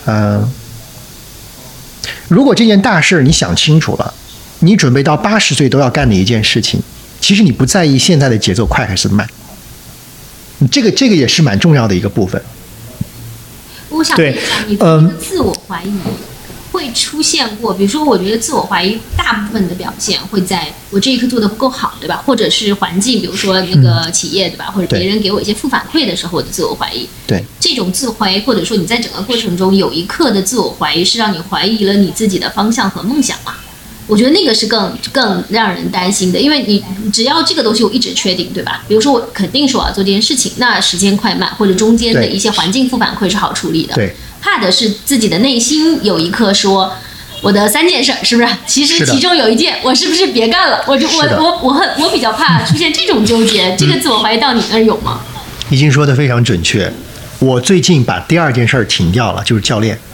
如果这件大事你想清楚了，你准备到80岁都要干的一件事情，其实你不在意现在的节奏快还是慢，这个也是蛮重要的一个部分。 我想问一下，你的自我怀疑会出现过，比如说，我觉得自我怀疑大部分的表现会在我这一刻做的不够好，对吧？或者是环境，比如说那个企业，对吧？或者别人给我一些负反馈的时候，我的自我怀疑。 对， 这种自怀疑，或者说你在整个过程中有一刻的自我怀疑，是让你怀疑了你自己的方向和梦想嘛？我觉得那个是更让人担心的，因为你只要这个东西我一直确定，对吧？比如说我肯定是我要做这件事情，那时间快慢或者中间的一些环境负反馈是好处理的。 对， 怕的是自己的内心有一刻说，我的3件事是不是？其实其中有一件我是不是别干了？我比较怕出现这种纠结，这个自我怀疑到你那儿有吗？ 已经说得非常准确。我最近把第2件事停掉了，就是教练。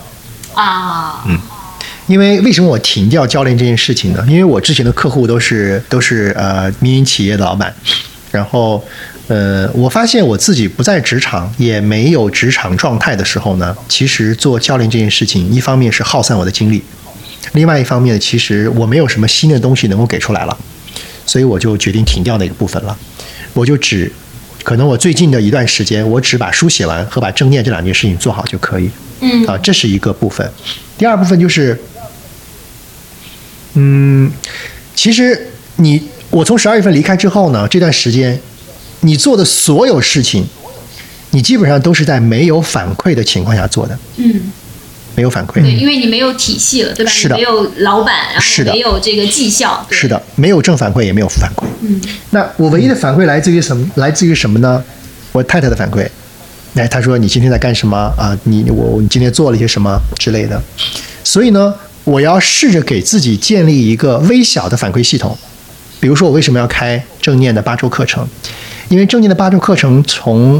因为什么我停掉教练这件事情呢？因为我之前的客户都是民营企业的老板，然后我发现我自己不在职场，也没有职场状态的时候呢，其实做教练这件事情，一方面是耗散我的精力，另外一方面其实我没有什么新的东西能够给出来了，所以我就决定停掉那个部分了。我就可能我最近的一段时间，我只把书写完和把正念这2件事情做好就可以。这是一个部分。第2部分就是，其实我从12月份离开之后呢，这段时间你做的所有事情，你基本上都是在没有反馈的情况下做的。没有反馈。 对，因为你没有体系了，对吧？ 是的， 你没有老板，然后没有这个绩效。 是的，没有正反馈，也没有负反馈。那我唯一的反馈来自于什么？来自于什么呢？我太太的反馈。她说你今天在干什么啊？你今天做了一些什么之类的。所以呢，我要试着给自己建立一个微小的反馈系统。比如说，我为什么要开正念的8周课程？因为正念的8周课程从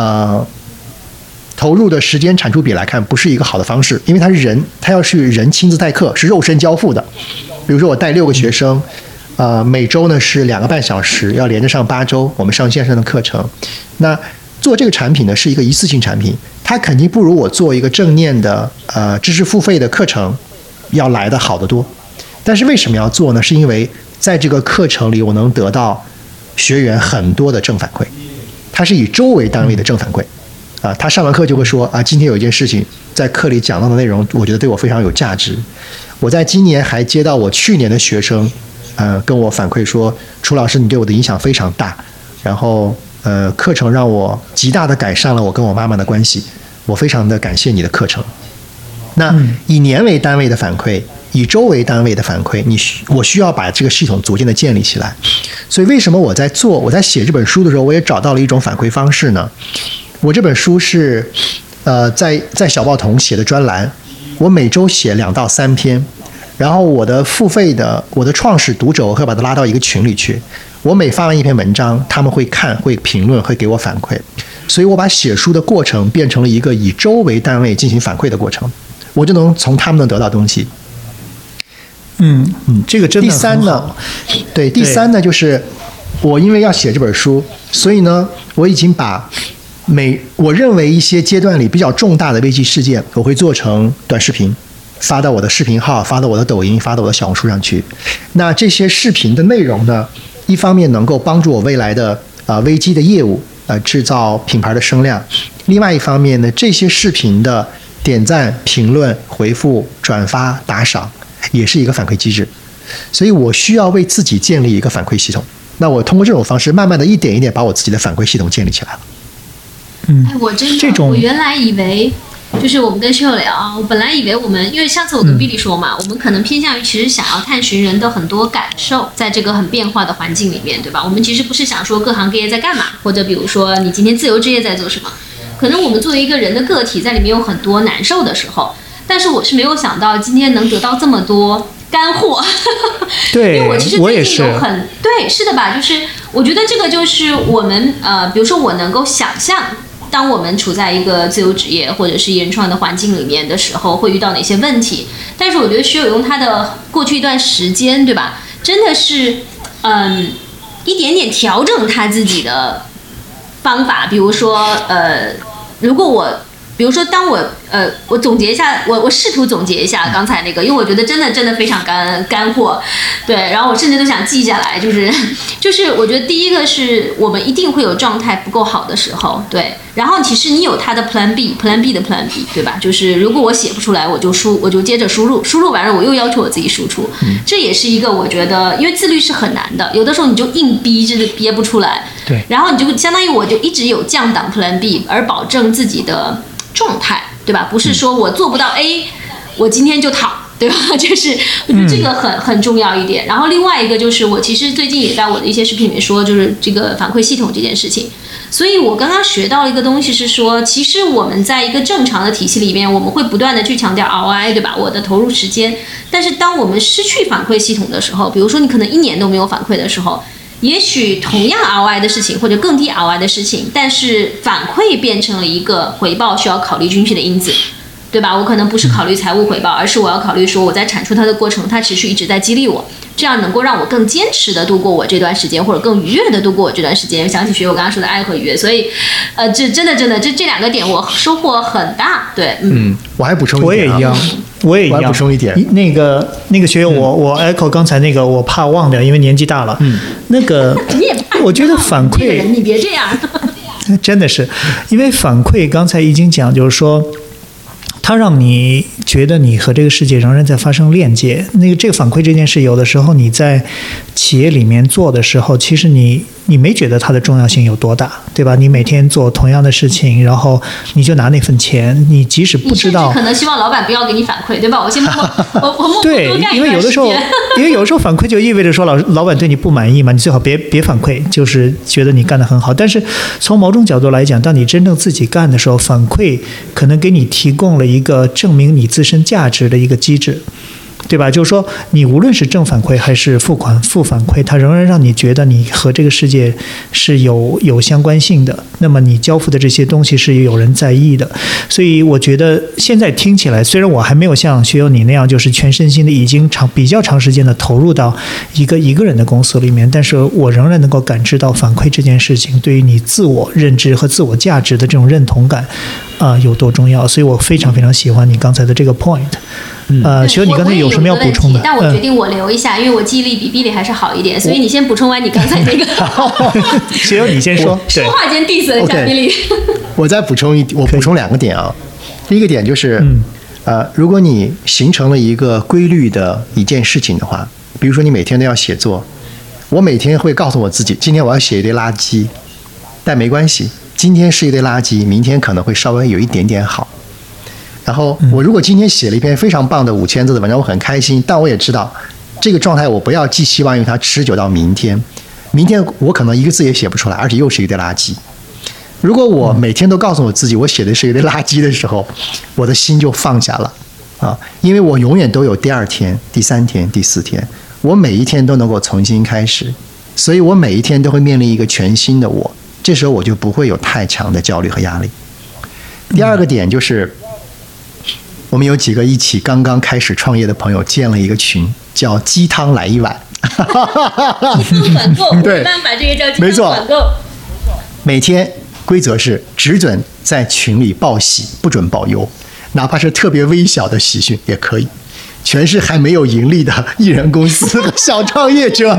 投入的时间产出比来看，不是一个好的方式，因为他要是人亲自代课，是肉身交付的。比如说，我带6个学生，每周呢是2个半小时，要连着上8周，我们上线上的课程。那做这个产品呢，是一个一次性产品，它肯定不如我做一个正念的知识付费的课程要来的好得多。但是为什么要做呢？是因为在这个课程里，我能得到学员很多的正反馈，它是以周为单位的正反馈。他上完课就会说今天有一件事情在课里讲到的内容，我觉得对我非常有价值。我在今年还接到我去年的学生，跟我反馈说，楚老师你对我的影响非常大，然后课程让我极大的改善了我跟我妈妈的关系，我非常的感谢你的课程。那以年为单位的反馈，以周为单位的反馈，我需要把这个系统逐渐的建立起来。所以为什么我在写这本书的时候，我也找到了一种反馈方式呢？我这本书是在小报童写的专栏，我每周写2到3篇，然后我的创始读者我会把它拉到一个群里去，我每发完一篇文章，他们会看，会评论，会给我反馈，所以我把写书的过程变成了一个以周为单位进行反馈的过程，我就能从他们能得到东西。 这个真的很好。 第三呢，就是我因为要写这本书，所以呢，我已经把我认为一些阶段里比较重大的危机事件，我会做成短视频，发到我的视频号，发到我的抖音，发到我的小红书上去。那这些视频的内容呢，一方面能够帮助我未来的危机的业务制造品牌的声量，另外一方面呢，这些视频的点赞、评论、回复、转发、打赏也是一个反馈机制，所以我需要为自己建立一个反馈系统。那我通过这种方式，慢慢的一点一点把我自己的反馈系统建立起来了。 我真的，我原来以为，就是我们跟秀聊，我本来以为我们，因为上次我跟 Billy 说嘛，我们可能偏向于其实想要探寻人的很多感受，在这个很变化的环境里面，对吧？我们其实不是想说各行各业在干嘛，或者比如说你今天自由职业在做什么，可能我们作为一个人的个体，在里面有很多难受的时候，但是我是没有想到今天能得到这么多干货。 对， 因为我其实最近有对，是的吧？就是我觉得这个就是我们比如说我能够想象，当我们处在一个自由职业或者是原创的环境里面的时候，会遇到哪些问题？但是我觉得徐有用他的过去一段时间，对吧？真的是一点点调整他自己的方法，比如说如果比如说当我总结一下，我试图总结一下刚才那个，因为我觉得真的非常干货，对，然后我甚至都想记下来，就是我觉得第一个是我们一定会有状态不够好的时候，对，然后其实你有它的 Plan B 的 Plan B， 对吧？就是如果我写不出来，我就接着输入完了我又要求我自己输出，这也是一个我觉得，因为自律是很难的，有的时候你就硬逼着憋不出来， 对， 然后你就相当于我就一直有降档 Plan B， 而保证自己的状态，对吧？不是说我做不到 A， 我今天就躺，对吧？就是我觉得这个很重要一点。然后另外一个就是我其实最近也在我的一些视频里面说，就是这个反馈系统这件事情。所以我刚刚学到一个东西是说，其实我们在一个正常的体系里面，我们会不断的去强调 ROI， 对吧？我的投入时间。但是当我们失去反馈系统的时候，比如说你可能1年都没有反馈的时候，也许同样 ROI 的事情或者更低 ROI 的事情，但是反馈变成了一个回报需要考虑进去的因子，对吧？我可能不是考虑财务回报，而是我要考虑说我在产出它的过程，它持续一直在激励我，这样能够让我更坚持的度过我这段时间，或者更愉悦的度过我这段时间。想起学我刚刚说的爱和愉悦，所以这真的这2个点我收获很大。对， 我还补充一点， 我也一样， 补充一点。 那个学友，我 echo 刚才那个，我怕忘掉，因为年纪大了。那个你也怕， 我觉得反馈， 你别这样。 真的是，因为反馈刚才已经讲，就是说， 它让你觉得你和这个世界仍然在发生链接。这个反馈这件事，有的时候你在企业里面做的时候，其实你没觉得它的重要性有多大，对吧？你每天做同样的事情，然后你就拿那份钱，你即使不知道， 你甚至可能希望老板不要给你反馈，对吧？我先默默对，因为有的时候反馈就意味着说老板对你不满意嘛，你最好别反馈，就是觉得你干得很好。但是从某种角度来讲，当你真正自己干的时候，反馈可能给你提供了一个证明你自身价值的一个机制，对吧？就是说，你无论是正反馈还是负反馈，它仍然让你觉得你和这个世界是有相关性的。那么你交付的这些东西是有人在意的。所以我觉得现在听起来，虽然我还没有像学友你那样，就是全身心的已经比较长时间的投入到一个人的公司里面，但是我仍然能够感知到反馈这件事情对于你自我认知和自我价值的这种认同感有多重要。所以我非常非常喜欢你刚才的这个 point。学友，你刚才有什么要补充的？ 但我决定我留一下，因为我记忆力比 Billy 还是好一点，所以你先补充完你刚才那个。 学友，你先说。 说话间 diss 了一下 Billy。 我再补充2个点啊。第一个点就是，如果你形成了一个规律的一件事情的话，比如说你每天都要写作，我每天会告诉我自己，今天我要写一堆垃圾，但没关系，今天是一堆垃圾，明天可能会稍微有一点点好。然后我如果今天写了一篇非常棒的5000字的文章，我很开心，但我也知道这个状态我不要寄希望于它持久到明天，明天我可能一个字也写不出来，而且又是一堆垃圾。如果我每天都告诉我自己我写的是一堆垃圾的时候，我的心就放下了因为我永远都有第2天、第3天、第4天，我每一天都能够重新开始，所以我每一天都会面临一个全新的我，这时候我就不会有太强的焦虑和压力。第2个点就是，我们有几个一起刚刚开始创业的朋友建了一个群，叫鸡汤来一碗。 鸡汤管够， 对， 我们把这个叫鸡汤管够。 每天规则是只准在群里报喜，不准报忧，哪怕是特别微小的喜讯也可以，全是还没有盈利的艺人公司和小创业者。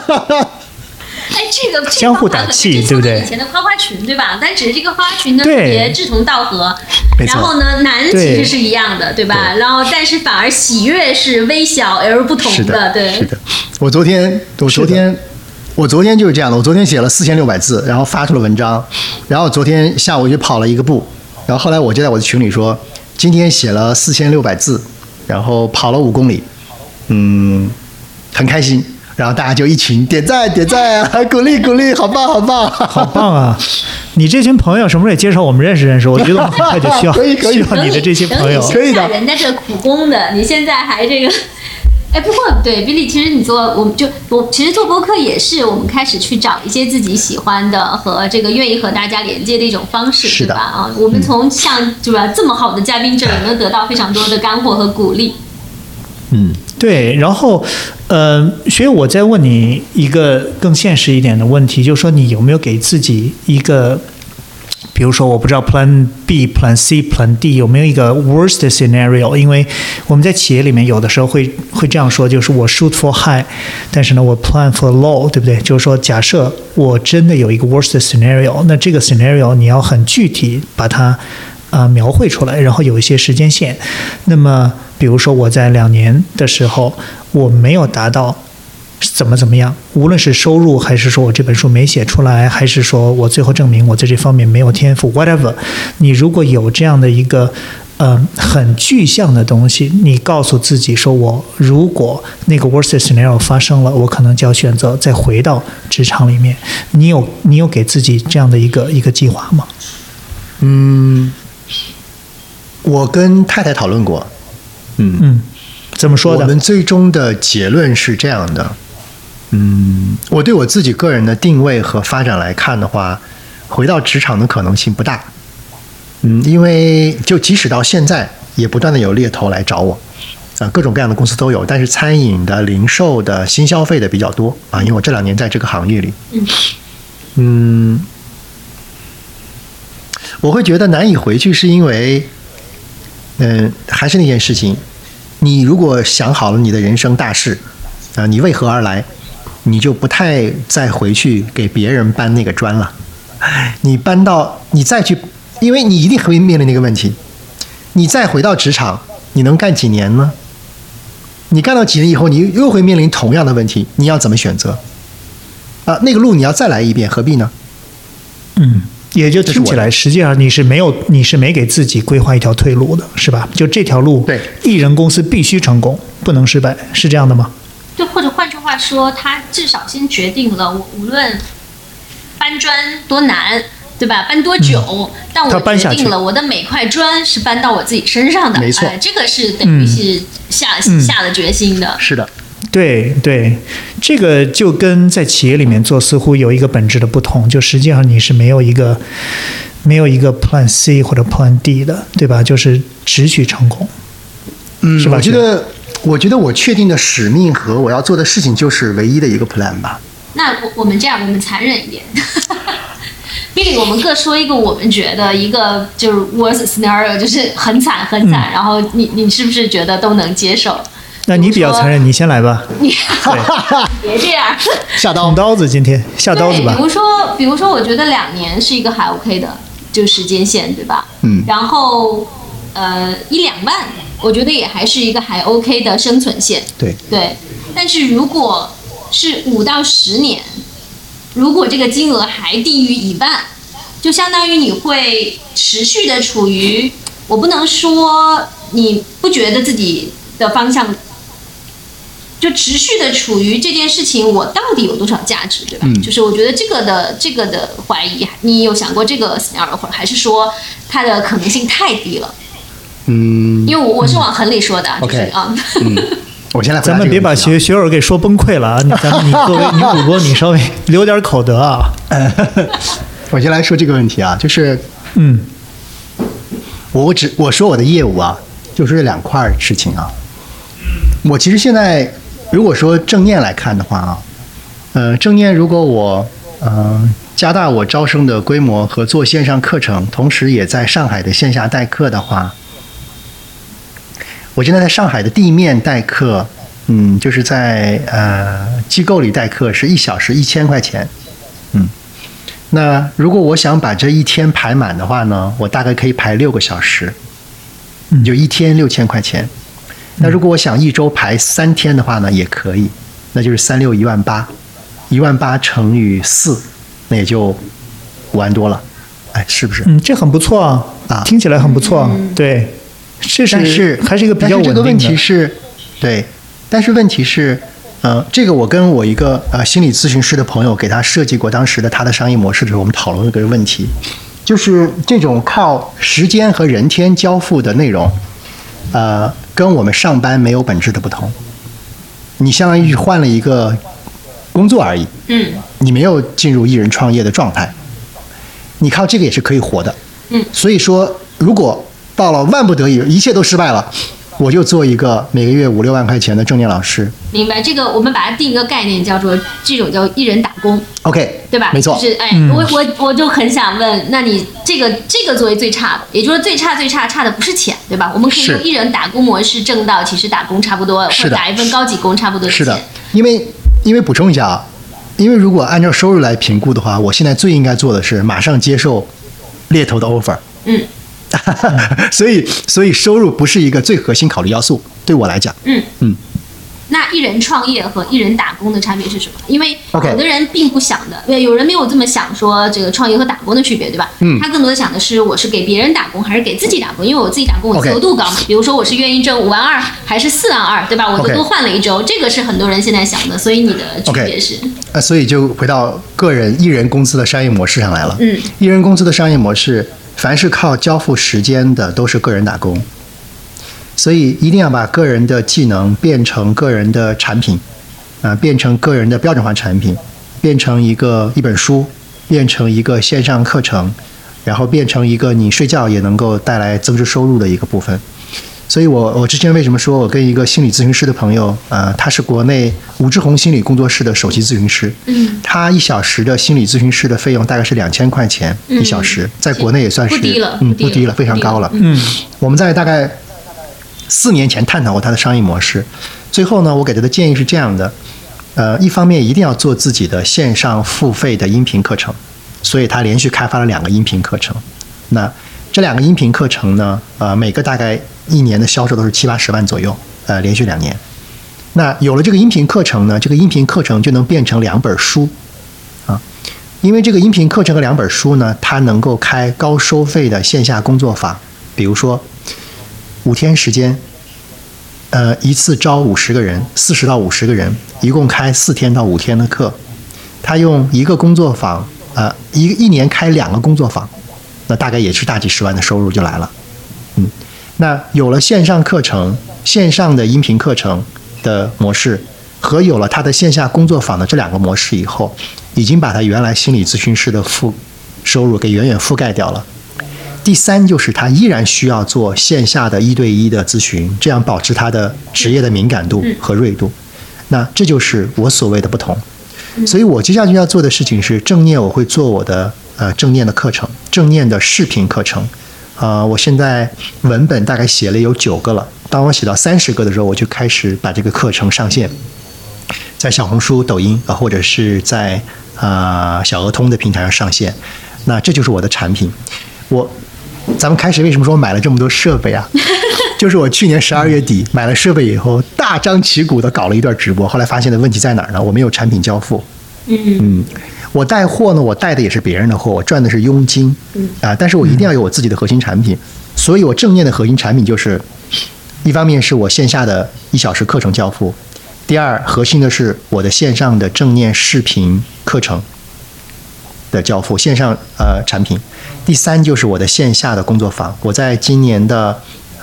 这个相互打气，对不对？ 以前的夸夸群，对吧？但只是这个夸夸群呢，特别志同道合。然后呢，难其实是一样的，对吧？然后，但是反而喜悦是微小而不同的，对。 是的。我昨天就是这样的。我昨天写了4600字，然后发出了文章，然后昨天下午就跑了一个步，然后后来我就在我的群里说，今天写了4600字，然后跑了5公里，很开心。然后大家就一群点赞啊，鼓励，好棒啊！你这群朋友什么时候也介绍我们认识？我觉得我们很快就需要需要你的这些朋友。 可以的，人家这苦工的，你现在还这个。不过对 Billy， 其实你其实做播客也是我们开始去找一些自己喜欢的和这个愿意和大家连接的一种方式， 是的对吧？我们从像对吧这么好的嘉宾这里能得到非常多的干货和鼓励。 对，然后，所以我再问你一个更现实一点的问题，就是说你有没有给自己一个，比如说我不知道 Plan B、Plan C、Plan D 有没有一个 worst scenario？ 因为我们在企业里面有的时候会这样说，就是我 shoot for high， 但是呢我 plan for low， 对不对？就是说假设我真的有一个 worst scenario， 那这个 scenario 你要很具体把它描绘出来，然后有一些时间线。那么比如说我在2年的时候我没有达到怎么样，无论是收入还是说我这本书没写出来，还是说我最后证明我在这方面没有天赋 whatever， 你如果有这样的一个很具象的东西，你告诉自己说我如果那个 worst scenario 发生了，我可能就要选择再回到职场里面，你有给自己这样的一个计划吗？ 我跟太太讨论过， 怎么说的？ 我们最终的结论是这样的，我对我自己个人的定位和发展来看的话，回到职场的可能性不大，因为就即使到现在，也不断的有猎头来找我，各种各样的公司都有，但是餐饮的、零售的、新消费的比较多因为我这2年在这个行业里，我会觉得难以回去，是因为，还是那件事情，你如果想好了你的人生大事，你为何而来，你就不太再回去给别人搬那个砖了。你搬到你再去，因为你一定会面临那个问题， 你再回到职场，你能干几年呢？你干到几年以后，你又会面临同样的问题，你要怎么选择？那个路你要再来一遍，何必呢？ 也就听起来，实际上你是没给自己规划一条退路的，是吧？就这条路， 对， 艺人公司必须成功，不能失败，是这样的吗？ 对，或者换句话说，他至少先决定了，我无论搬砖多难，对吧？搬多久，但我决定了我的每块砖是搬到我自己身上的， 没错， 这个是等于是下了决心的。 是的。 对对，这个就跟在企业里面做似乎有一个本质的不同，就实际上你是没有一个 Plan C 或者 Plan D 的，对吧？就是只许成功，是吧？ 我觉得我确定的使命和我要做的事情就是唯一的一个 plan 吧。 那我们这样，我们残忍一点，Billy， 我们各说一个我们觉得一个就是 worst scenario， 就是很惨，然后你是不是觉得都能接受？ 那你比较残忍，你先来吧。 你别这样， 下刀， 捅刀子，今天下刀子吧。 比如说，我觉得2年是一个还 OK 的就时间线，对吧？然后1-2万，我觉得也还是一个还 OK 的生存线。 对。 但是如果是5到10年，如果这个金额还低于1万，就相当于你会持续的处于，我不能说你不觉得自己的方向。就持续的处于这件事情，我到底有多少价值，对吧？就是我觉得这个的怀疑，你有想过这个 scenario， 或者还是说它的可能性太低了？因为我是往狠里说的，就是我先来回答这个问题。 咱们别把学友给说崩溃了啊！你作为女主播，你稍微留点口德啊。 我先来说这个问题啊，就是我说我的业务啊，就是这2块事情啊。我其实现在如果说正念来看的话啊，正念如果我加大我招生的规模和做线上课程，同时也在上海的线下代课的话，我现在在上海的地面代课，就是在机构里代课是1小时1000块钱，那如果我想把这一天排满的话呢，我大概可以排6个小时，就一天6000块钱。那如果我想一周排3天的话呢，也可以，那就是3618000，18000乘以4，那也就5万多了，是不是？ 这很不错啊，听起来很不错，对， 但是还是一个比较稳定的。 但是这个问题是，对，但是问题是，这个我跟我一个心理咨询师的朋友给他设计过当时的他的商业模式的时候，我们讨论了这个问题，就是这种靠时间和人天交付的内容，跟我们上班没有本质的不同，你相当于换了一个工作而已，你没有进入艺人创业的状态，你靠这个也是可以活的，所以说如果到了万不得已，一切都失败了，我就做一个每个月5-6万块钱的正念老师。 明白，这个我们把它定一个概念，叫做这种叫艺人打工。 OK， 对吧？ 没错。 就是我就很想问，那你这个作为最差的，也就是最差的不是钱，对吧？我们可以用艺人打工模式挣到，其实打工差不多，或者打一份高级工差不多的钱。 是的，因为补充一下啊，因为如果按照收入来评估的话，我现在最应该做的是马上接受猎头的 offer。所以收入不是一个最核心考虑要素，对我来讲。 那艺人创业和艺人打工的差别是什么？因为有的人并不想的，有人没有这么想说这个创业和打工的区别，对吧？他更多的想的是我是给别人打工还是给自己打工？因为我自己打工我自由度高嘛。比如说我是愿意挣5万2还是4万2，对吧？我就多换了一周，这个是很多人现在想的。所以你的区别是？ 所以就回到个人艺人公司的商业模式上来了。艺人公司的商业模式，凡是靠交付时间的都是个人打工。所以一定要把个人的技能变成个人的产品，变成个人的标准化产品，变成一本书，变成一个线上课程，然后变成一个你睡觉也能够带来增值收入的一个部分。所以我之前为什么说我跟一个心理咨询师的朋友，他是国内吴志红心理工作室的首席咨询师，他1小时的心理咨询师的费用大概是2000块钱1小时，在国内也算是不低了， 不低了，非常高了。我们在大概4年前探讨过他的商业模式，最后呢，我给他的建议是这样的，一方面一定要做自己的线上付费的音频课程，所以他连续开发了2个音频课程。那这2个音频课程呢，每个大概1年的销售都是70-80万左右，连续2年。那有了这个音频课程呢，这个音频课程就能变成2本书，因为这个音频课程和2本书呢，它能够开高收费的线下工作坊，比如说5天时间，一次招50个人，40到50个人，一共开4天到5天的课。他用一个工作坊，一年开2个工作坊，那大概也是大几十万的收入就来了。那有了线上课程、线上的音频课程的模式，和有了他的线下工作坊的这2个模式以后，已经把他原来心理咨询师的收入给远远覆盖掉了。第3就是他依然需要做线下的1对1的咨询，这样保持他的职业的敏感度和锐度。那这就是我所谓的不同。所以我接下去要做的事情是正念，我会做我的正念的课程，正念的视频课程。我现在文本大概写了有9个了，当我写到30个的时候，我就开始把这个课程上线，在小红书、抖音或者是在小鹅通的平台上上线。那这就是我的产品。咱们开始为什么说我买了这么多设备啊？就是我去年12月底买了设备以后，大张旗鼓的搞了一段直播，后来发现的问题在哪儿呢？我没有产品交付。我带货呢，我带的也是别人的货，我赚的是佣金。但是我一定要有我自己的核心产品，所以我正念的核心产品就是，一方面是我线下的1小时课程交付，第2核心的是我的线上的正念视频课程的交付，线上产品。第3就是我的线下的工作坊，我在今年的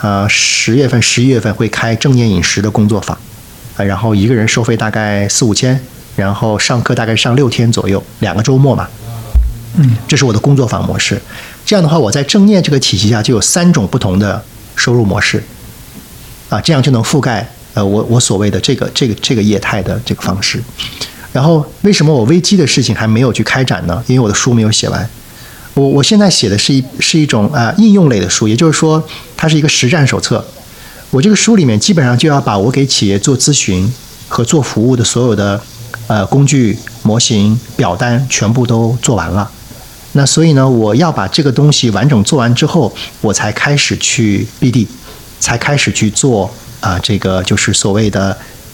10月份、11月份会开正念饮食的工作坊，然后一个人收费大概4-5千，然后上课大概上6天左右，2个周末嘛。这是我的工作坊模式。这样的话，我在正念这个体系下就有3种不同的收入模式，这样就能覆盖我所谓的这个业态的这个方式。然后为什么我危机的事情还没有去开展呢？因为我的书没有写完。我现在写的是一种应用类的书，也就是说它是一个实战手册。我这个书里面基本上就要把我给企业做咨询和做服务的所有的工具、模型、表单全部都做完了。那所以呢，我要把这个东西完整做完之后，我才开始去 BD， 才开始去做这个就是所谓的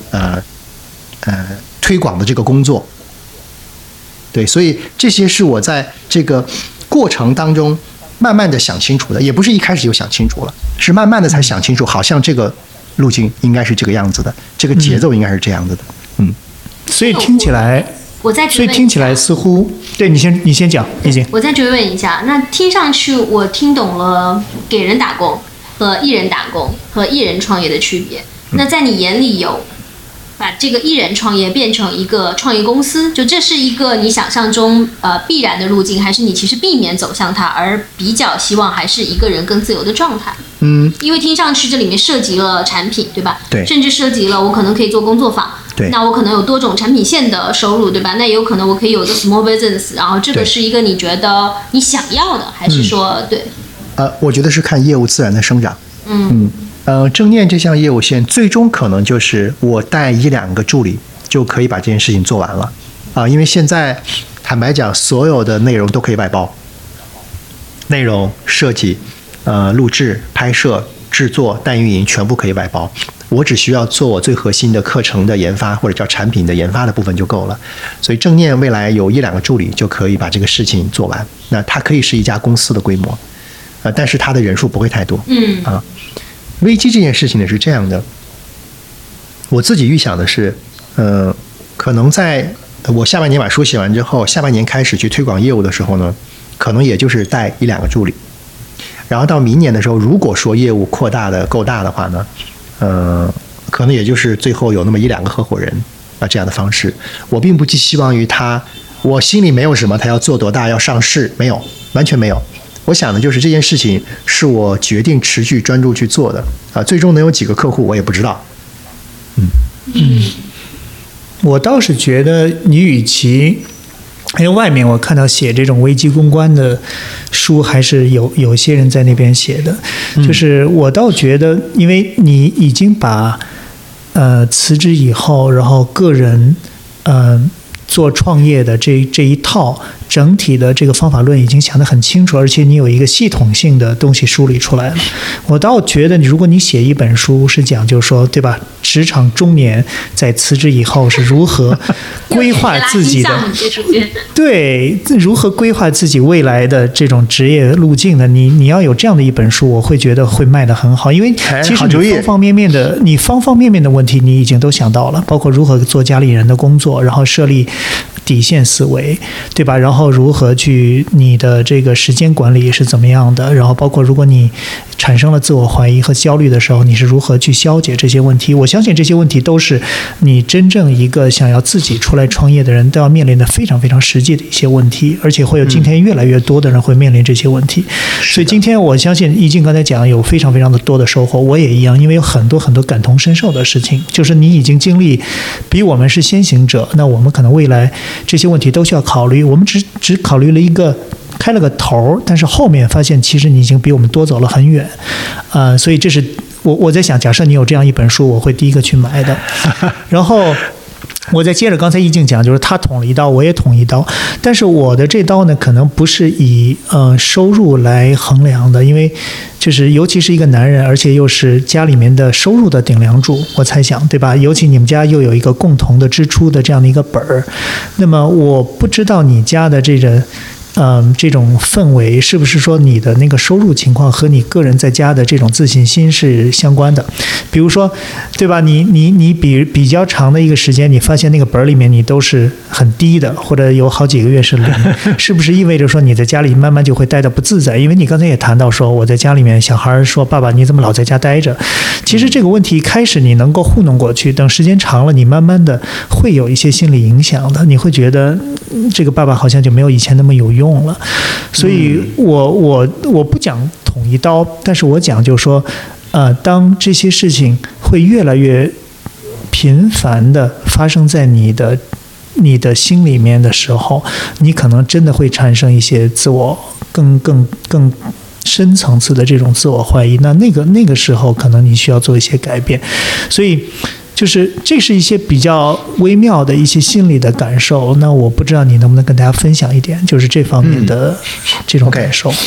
推广的这个工作。对，所以这些是我在这个过程当中慢慢的想清楚的，也不是一开始就想清楚了，是慢慢的才想清楚，好像这个路径应该是这个样子的，这个节奏应该是这样子的。 所以听起来，似乎对你先讲， 我再追问一下，那听上去我听懂了给人打工和艺人打工和艺人创业的区别。那在你眼里有把这个艺人创业变成一个创业公司，就这是一个你想象中必然的路径，还是你其实避免走向它，而比较希望还是一个人更自由的状态？因为听上去这里面涉及了产品，对吧？ 对， 甚至涉及了我可能可以做工作坊， 对， 那我可能有多种产品线的收入，对吧？那也有可能我可以有一个 small business， 然后这个是一个你觉得你想要的，还是说对？ 我觉得是看业务自然的生长。正念这项业务线最终可能就是我带1-2个助理就可以把这件事情做完了因为现在坦白讲，所有的内容都可以外包，内容设计、录制、拍摄、制作、代运营全部可以外包，我只需要做我最核心的课程的研发或者叫产品的研发的部分就够了。所以正念未来有1-2个助理就可以把这个事情做完，那它可以是一家公司的规模，但是它的人数不会太多。危机这件事情呢是这样的，我自己预想的是，可能在我下半年把书写完之后，下半年开始去推广业务的时候呢，可能也就是带1-2个助理，然后到明年的时候，如果说业务扩大的够大的话呢，可能也就是最后有那么1-2个合伙人这样的方式。我并不寄希望于他，我心里没有什么他要做多大要上市，没有，完全没有。我想的就是这件事情是我决定持续专注去做的最终能有几个客户我也不知道。 我倒是觉得你与其因为外面我看到写这种危机公关的书还是有些人在那边写的，就是我倒觉得因为你已经把辞职以后然后个人做创业的这一套整体的这个方法论已经想得很清楚，而且你有一个系统性的东西梳理出来了。我倒觉得，如果你写一本书是讲，就是说，对吧？职场中年在辞职以后是如何规划自己的，对，如何规划自己未来的这种职业路径的，你要有这样的一本书，我会觉得会卖得很好，因为其实你方方面面的问题你已经都想到了，包括如何做家里人的工作，然后设立底线思维，对吧？然后如何去你的这个时间管理是怎么样的，然后包括如果你产生了自我怀疑和焦虑的时候，你是如何去消解这些问题。我相信这些问题都是你真正一个想要自己出来创业的人都要面临的非常非常实际的一些问题，而且会有今天越来越多的人会面临这些问题。所以今天我相信易静刚才讲有非常非常的多的收获，我也一样，因为有很多很多感同身受的事情，就是你已经经历比我们是先行者，那我们可能未来这些问题都需要考虑，我们只考虑了一个开了个头，但是后面发现其实你已经比我们多走了很远，所以这是我在想，假设你有这样一本书，我会第一个去买的。然后我再接着刚才易静讲，就是他捅了一刀，我也捅一刀，但是我的这刀呢，可能不是以收入来衡量的，因为就是尤其是一个男人，而且又是家里面的收入的顶梁柱，我猜想，对吧？尤其你们家又有一个共同的支出的这样的一个本儿，那么我不知道你家的这种氛围是不是说你的那个收入情况和你个人在家的这种自信心是相关的？比如说，对吧？你比较长的一个时间，你发现那个本里面你都是很低的，或者有好几个月是零，是不是意味着说你在家里慢慢就会待得不自在？因为你刚才也谈到说，我在家里面，小孩说爸爸你怎么老在家待着？其实这个问题开始你能够糊弄过去，等时间长了，你慢慢的会有一些心理影响的，你会觉得这个爸爸好像就没有以前那么有用了。所以我不讲捅一刀，但是我讲就是说，当这些事情会越来越频繁的发生在你的心里面的时候，你可能真的会产生一些自我更深层次的这种自我怀疑。那个时候可能你需要做一些改变。所以就是这是一些比较微妙的一些心理的感受，那我不知道你能不能跟大家分享一点，就是这方面的这种感受。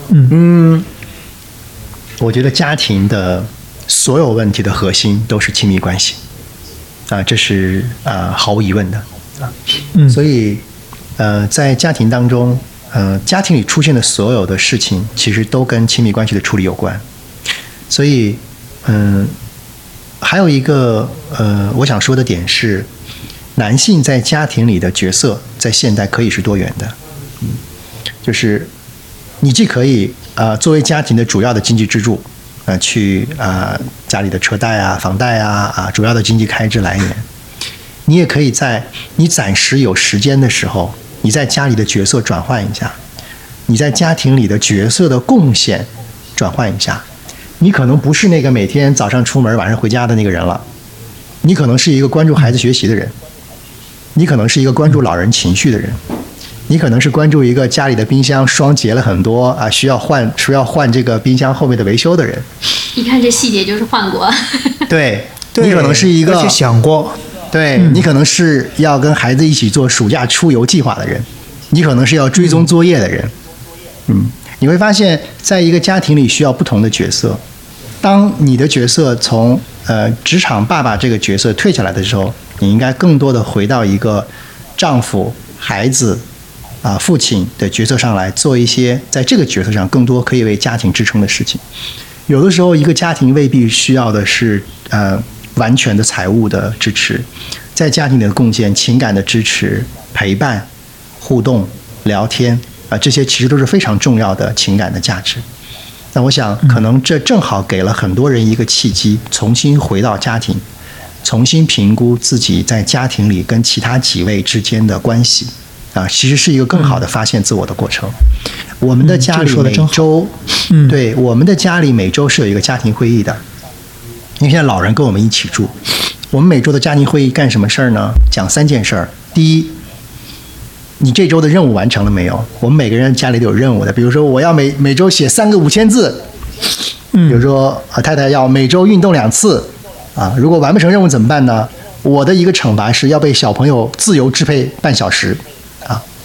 我觉得家庭的所有问题的核心都是亲密关系，这是毫无疑问的所以在家庭当中，家庭里出现的所有的事情，其实都跟亲密关系的处理有关。所以还有一个我想说的点是，男性在家庭里的角色在现代可以是多元的，就是你既可以作为家庭的主要的经济支柱，去家里的车贷房贷主要的经济开支来源，你也可以在你暂时有时间的时候，你在家里的角色转换一下，你在家庭里的角色的贡献转换一下。你可能不是那个每天早上出门晚上回家的那个人了，你可能是一个关注孩子学习的人，你可能是一个关注老人情绪的人，你可能是关注一个家里的冰箱霜结了很多需要换这个冰箱后面的维修的人。 一看这细节就是换过。 对，你可能是一个而且想过， 对，你可能是要跟孩子一起做暑假出游计划的人，你可能是要追踪作业的人。你会发现在一个家庭里需要不同的角色。当你的角色从职场爸爸这个角色退下来的时候，你应该更多的回到一个丈夫、孩子父亲的角色上来，做一些在这个角色上更多可以为家庭支撑的事情。有的时候一个家庭未必需要的是完全的财务的支持，在家庭里的贡献、情感的支持、陪伴、互动、聊天这些其实都是非常重要的情感的价值。那我想可能这正好给了很多人一个契机，重新回到家庭，重新评估自己在家庭里跟其他几位之间的关系其实是一个更好的发现自我的过程。我们的家里每周对，我们的家里每周是有一个家庭会议的，因为现在老人跟我们一起住。我们每周的家庭会议干什么事儿呢？讲3件事儿。第一，你这周的任务完成了没有？我们每个人家里都有任务的，比如说我要每周写3个5000字，比如说太太要每周运动2次如果完不成任务怎么办呢？我的一个惩罚是要被小朋友自由支配半小时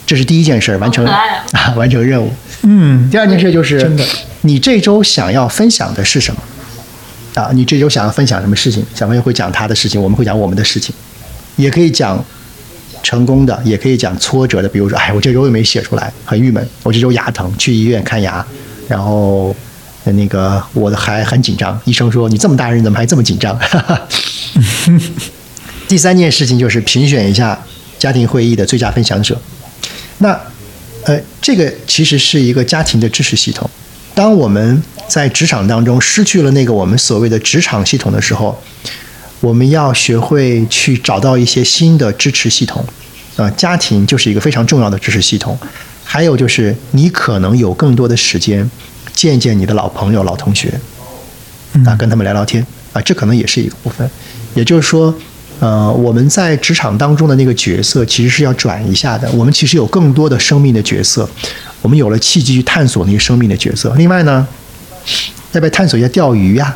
这是第一件事，完成完成任务。第二件事就是真的， 你这周想要分享的是什么？啊，你这周想要分享什么事情？小朋友会讲他的事情，我们会讲我们的事情，也可以讲成功的，也可以讲挫折的。比如说，我这周又没写出来，很郁闷。我这周牙疼，去医院看牙，然后那个我还很紧张，医生说你这么大人怎么还这么紧张？第三件事情就是评选一下家庭会议的最佳分享者。那这个其实是一个家庭的支持系统。当我们在职场当中失去了那个我们所谓的职场系统的时候，我们要学会去找到一些新的支持系统。家庭就是一个非常重要的支持系统。还有就是你可能有更多的时间见见你的老朋友、老同学，跟他们聊聊天这可能也是一个部分。也就是说，我们在职场当中的那个角色其实是要转一下的。我们其实有更多的生命的角色，我们有了契机去探索那些生命的角色。另外呢，要不要探索一下钓鱼呀？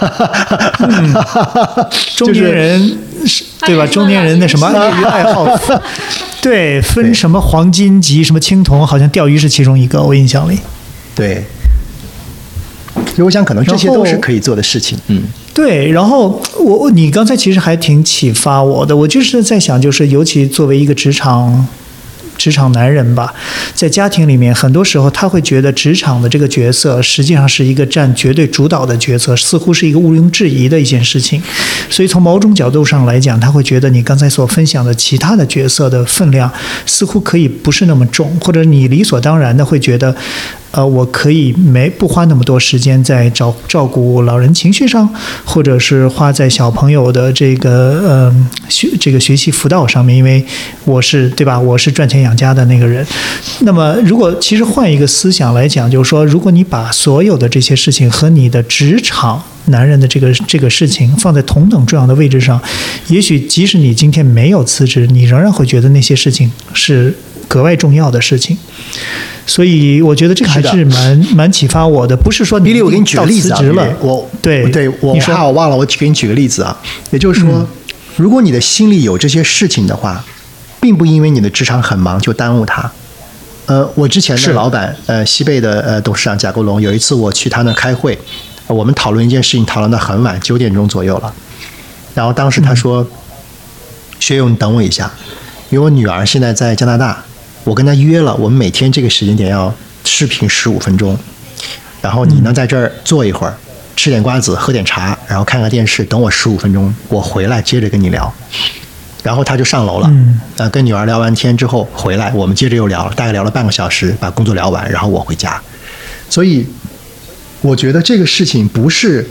中年人对吧？中年人的什么业余爱好？对，分什么黄金级、什么青铜，好像钓鱼是其中一个，我印象里。 对，所以我想可能这些都是可以做的事情。 对，然后你刚才其实还挺启发我的，我就是在想，就是尤其作为一个职场男人吧，在家庭里面，很多时候他会觉得职场的这个角色实际上是一个占绝对主导的角色，似乎是一个毋庸置疑的一件事情。所以从某种角度上来讲，他会觉得你刚才所分享的其他的角色的分量似乎可以不是那么重，或者你理所当然的会觉得我可以不花那么多时间在照顾老人情绪上，或者是花在小朋友的这个学习辅导上面，因为我是对吧？我是赚钱养家的那个人。那么如果其实换一个思想来讲，就是说，如果你把所有的这些事情和你的职场男人的这个事情放在同等重要的位置上，也许即使你今天没有辞职，你仍然会觉得那些事情是格外重要的事情。所以我觉得这个还是蛮启发我的，不是说你我给你举个例子啊，我忘了，我给你举个例子啊，也就是说，如果你的心里有这些事情的话，并不因为你的职场很忙就耽误它。我之前的老板西贝的董事长贾国龙，有一次我去他那开会，我们讨论一件事情，讨论到很晚，9点钟左右了。然后当时他说：“学友，你等我一下，因为我女儿现在在加拿大。”我跟他约了，我们每天这个时间点要视频15分钟，然后你能在这儿坐一会儿，吃点瓜子，喝点茶，然后看看电视，等我15分钟，我回来接着跟你聊。然后他就上楼了，跟女儿聊完天之后回来，我们接着又聊，大概聊了半个小时，把工作聊完，然后我回家。所以我觉得这个事情不是，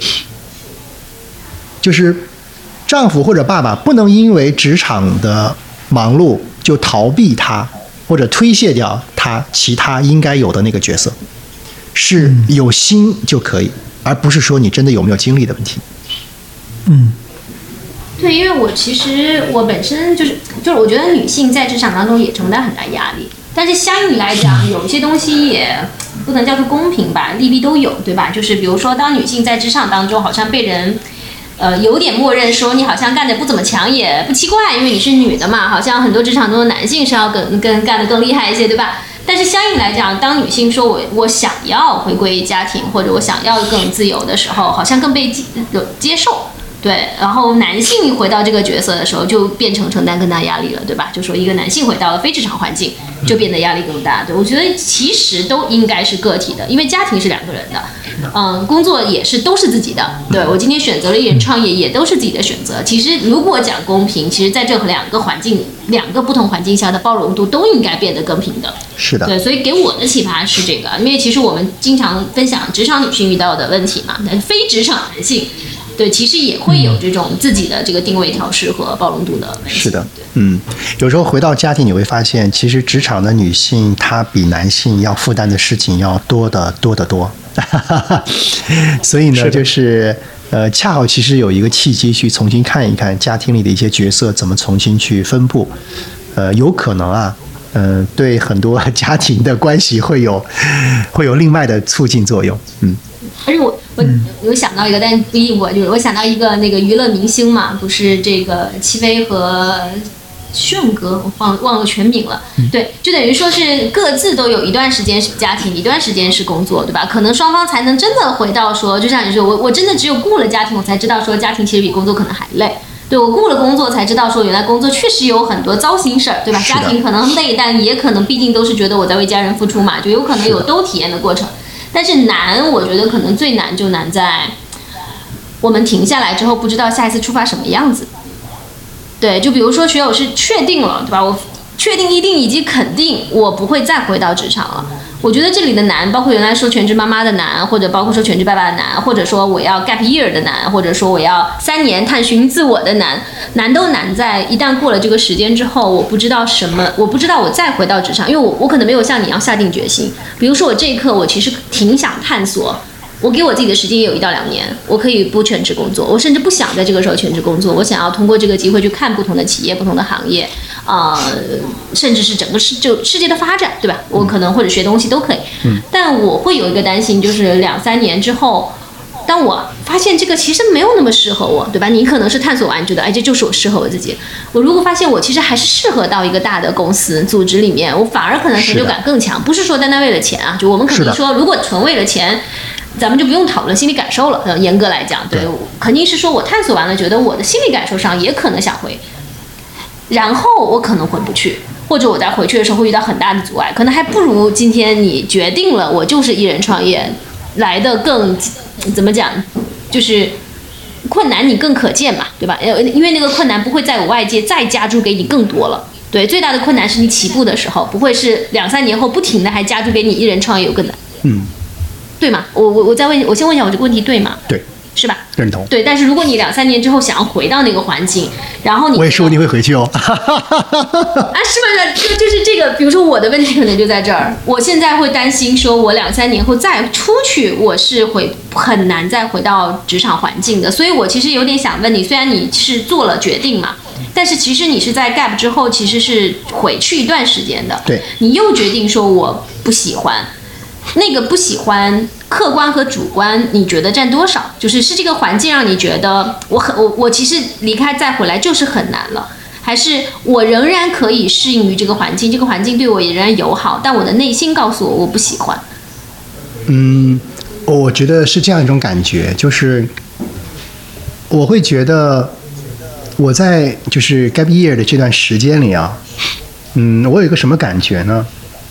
就是丈夫或者爸爸不能因为职场的忙碌就逃避他，或者推卸掉他其他应该有的那个角色，是有心就可以，而不是说你真的有没有精力的问题。 对，因为我本身就是我觉得女性在职场当中也承担很大压力，但是相应来讲，有一些东西也不能叫做公平吧，利弊都有，对吧？就是比如说，当女性在职场当中好像被人有点默认说你好像干得不怎么强也不奇怪，因为你是女的嘛，好像很多职场中的男性是要更干得更厉害一些，对吧？但是相应来讲，当女性说我想要回归家庭，或者我想要更自由的时候，好像更被接受。对，然后男性回到这个角色的时候，就变成承担更大压力了，对吧？就说一个男性回到了非职场环境，就变得压力更大。对，我觉得其实都应该是个体的，因为家庭是2个人的，工作也是都是自己的。对，我今天选择了一人创业，也都是自己的选择。其实如果讲公平，其实在这2个不同环境下的包容度都应该变得更平等。 是的。 对，所以给我的启发是这个，因为其实我们经常分享职场女性遇到的问题嘛，但非职场男性。对，其实也会有这种自己的这个定位调试和包容度的问题。 是的，有时候回到家庭，你会发现，其实职场的女性她比男性要负担的事情要多得多。所以呢，就是恰好其实有一个契机去重新看一看家庭里的一些角色怎么重新去分布，有可能对很多家庭的关系会有另外的促进作用。 而且我有想到一个，但不一定就是我想到一个那个娱乐明星嘛，不是这个戚薇和炫哥，我忘了全名了。对，就等于说是各自都有一段时间是家庭，一段时间是工作，对吧？可能双方才能真的回到说，就像你说，我真的只有顾了家庭，我才知道说家庭其实比工作可能还累。对，我顾了工作才知道说原来工作确实有很多糟心事儿，对吧？家庭可能累，但也可能毕竟都是觉得我在为家人付出嘛，就有可能有都体验的过程。但是难，我觉得可能最难就难在我们停下来之后不知道下一次出发什么样子。对，就比如说学友是确定了，对吧？我确定一定以及肯定我不会再回到职场了。我觉得这里的难，包括原来说全职妈妈的难，或者包括说全职爸爸的难，或者说我要 gap year 的难，或者说我要3年探寻自我的难都难在一旦过了这个时间之后，我不知道我再回到职场，因为我可能没有像你一样下定决心。比如说我这一刻我其实挺想探索，我给我自己的时间也有1到2年，我可以不全职工作，我甚至不想在这个时候全职工作，我想要通过这个机会去看不同的企业、不同的行业，甚至是整个世界的发展，对吧？我可能或者学东西都可以。但我会有一个担心，就是2、3年之后，当我发现这个其实没有那么适合我，对吧？你可能是探索完觉得，哎，这就是我适合我自己。我如果发现我其实还是适合到一个大的公司组织里面，我反而可能成就感更强。不是说单单为了钱啊，就我们肯定说，如果纯为了钱，咱们就不用讨论心理感受了。严格来讲，对，肯定是说我探索完了，觉得我的心理感受上也可能想回，然后我可能回不去，或者我在回去的时候会遇到很大的阻碍，可能还不如今天你决定了我就是一人创业来的更怎么讲，就是困难你更可见嘛，对吧？因为那个困难不会在我外界再加注给你更多了。对，最大的困难是你起步的时候，不会是2、3年后不停的还加注给你一人创业有更难。对吗？我先问一下，我这个问题对吗？ 对， 是吧？ 认同。 对，但是如果你2、3年之后想要回到那个环境，然后你我也说你会回去哦。 啊，是不是？就是这个，比如说我的问题可能就在这儿，我现在会担心说，我2、3年后再出去，我是很难再回到职场环境的。所以我其实有点想问你，虽然你是做了决定嘛，但是其实你是在 gap 之后，其实是回去一段时间的。 对， 你又决定说我不喜欢。那个不喜欢，客观和主观，你觉得占多少？就是这个环境让你觉得我其实离开再回来就是很难了，还是我仍然可以适应于这个环境，这个环境对我仍然友好，但我的内心告诉我不喜欢。 我觉得是这样一种感觉，就是我会觉得我在就是 gap year 的这段时间里啊，我有一个什么感觉呢？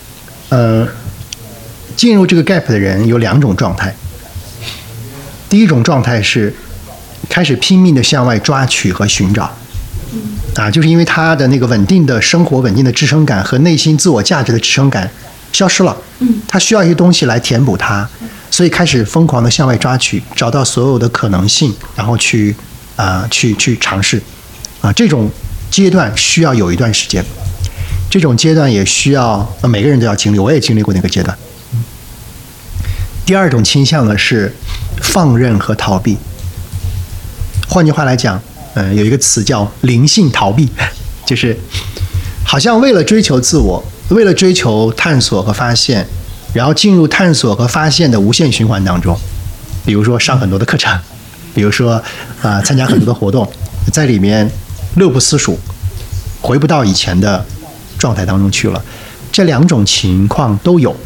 进入这个 gap 的人有2种状态。第一种状态是开始拼命的向外抓取和寻找，就是因为他的那个稳定的生活、稳定的支撑感和内心自我价值的支撑感消失了，他需要一些东西来填补它，所以开始疯狂的向外抓取，找到所有的可能性，然后去尝试，这种阶段需要有一段时间，这种阶段也需要每个人都要经历，我也经历过那个阶段。第二种倾向呢是放任和逃避。换句话来讲，有一个词叫灵性逃避，就是好像为了追求自我，为了追求探索和发现，然后进入探索和发现的无限循环当中。比如说上很多的课程，比如说参加很多的活动，在里面乐不思蜀，回不到以前的状态当中去了。这2种情况都有。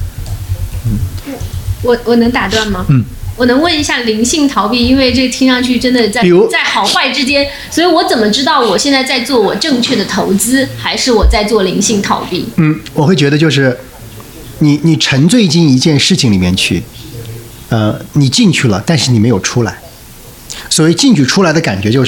我能打断吗？我能问一下灵性逃避，因为这听上去真的在好坏之间，所以我怎么知道我现在在做我正确的投资，还是我在做灵性逃避？ 我会觉得就是你沉醉进一件事情里面去，你进去了，但是你没有出来。所谓进去出来的感觉就是，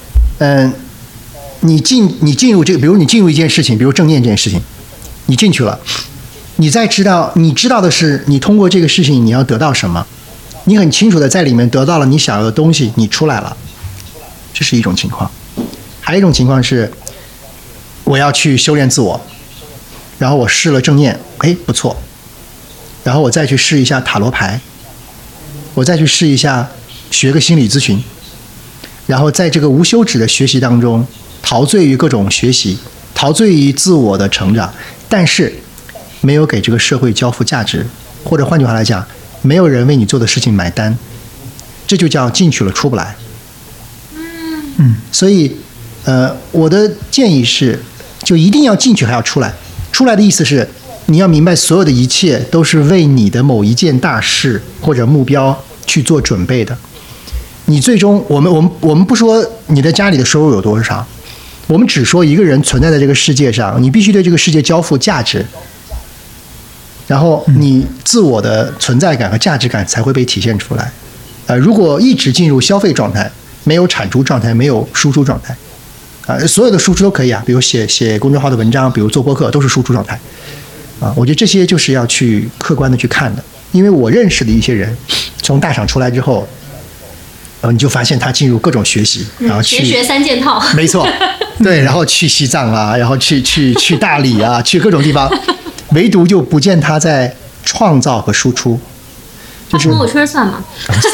你进入这个，比如你进入一件事情，比如正念这件事情，你进去了。你知道的是，你通过这个事情你要得到什么，你很清楚的在里面得到了你想要的东西，你出来了，这是一种情况。还有一种情况是，我要去修炼自我，然后我试了正念，不错，然后我再去试一下塔罗牌，我再去试一下学个心理咨询，然后在这个无休止的学习当中，陶醉于各种学习，陶醉于自我的成长，但是没有给这个社会交付价值，或者换句话来讲，没有人为你做的事情买单，这就叫进去了出不来。所以我的建议是， 就一定要进去还要出来。出来的意思是，你要明白所有的一切都是为你的某一件大事或者目标去做准备的。你最终，我们不说你的家里的收入有多少，我们只说一个人存在在这个世界上，你必须对这个世界交付价值，然后你自我的存在感和价值感才会被体现出来。如果一直进入消费状态，没有产出状态，没有输出状态，所有的输出都可以啊，比如写公众号的文章，比如做播客，都是输出状态。我觉得这些就是要去客观的去看的，因为我认识的一些人，从大厂出来之后，你就发现他进入各种学习，然后去学3件套， 没错，对，然后去西藏啊，然后去大理啊，去各种地方，唯独就不见他在创造和输出。就是朋友圈算吗？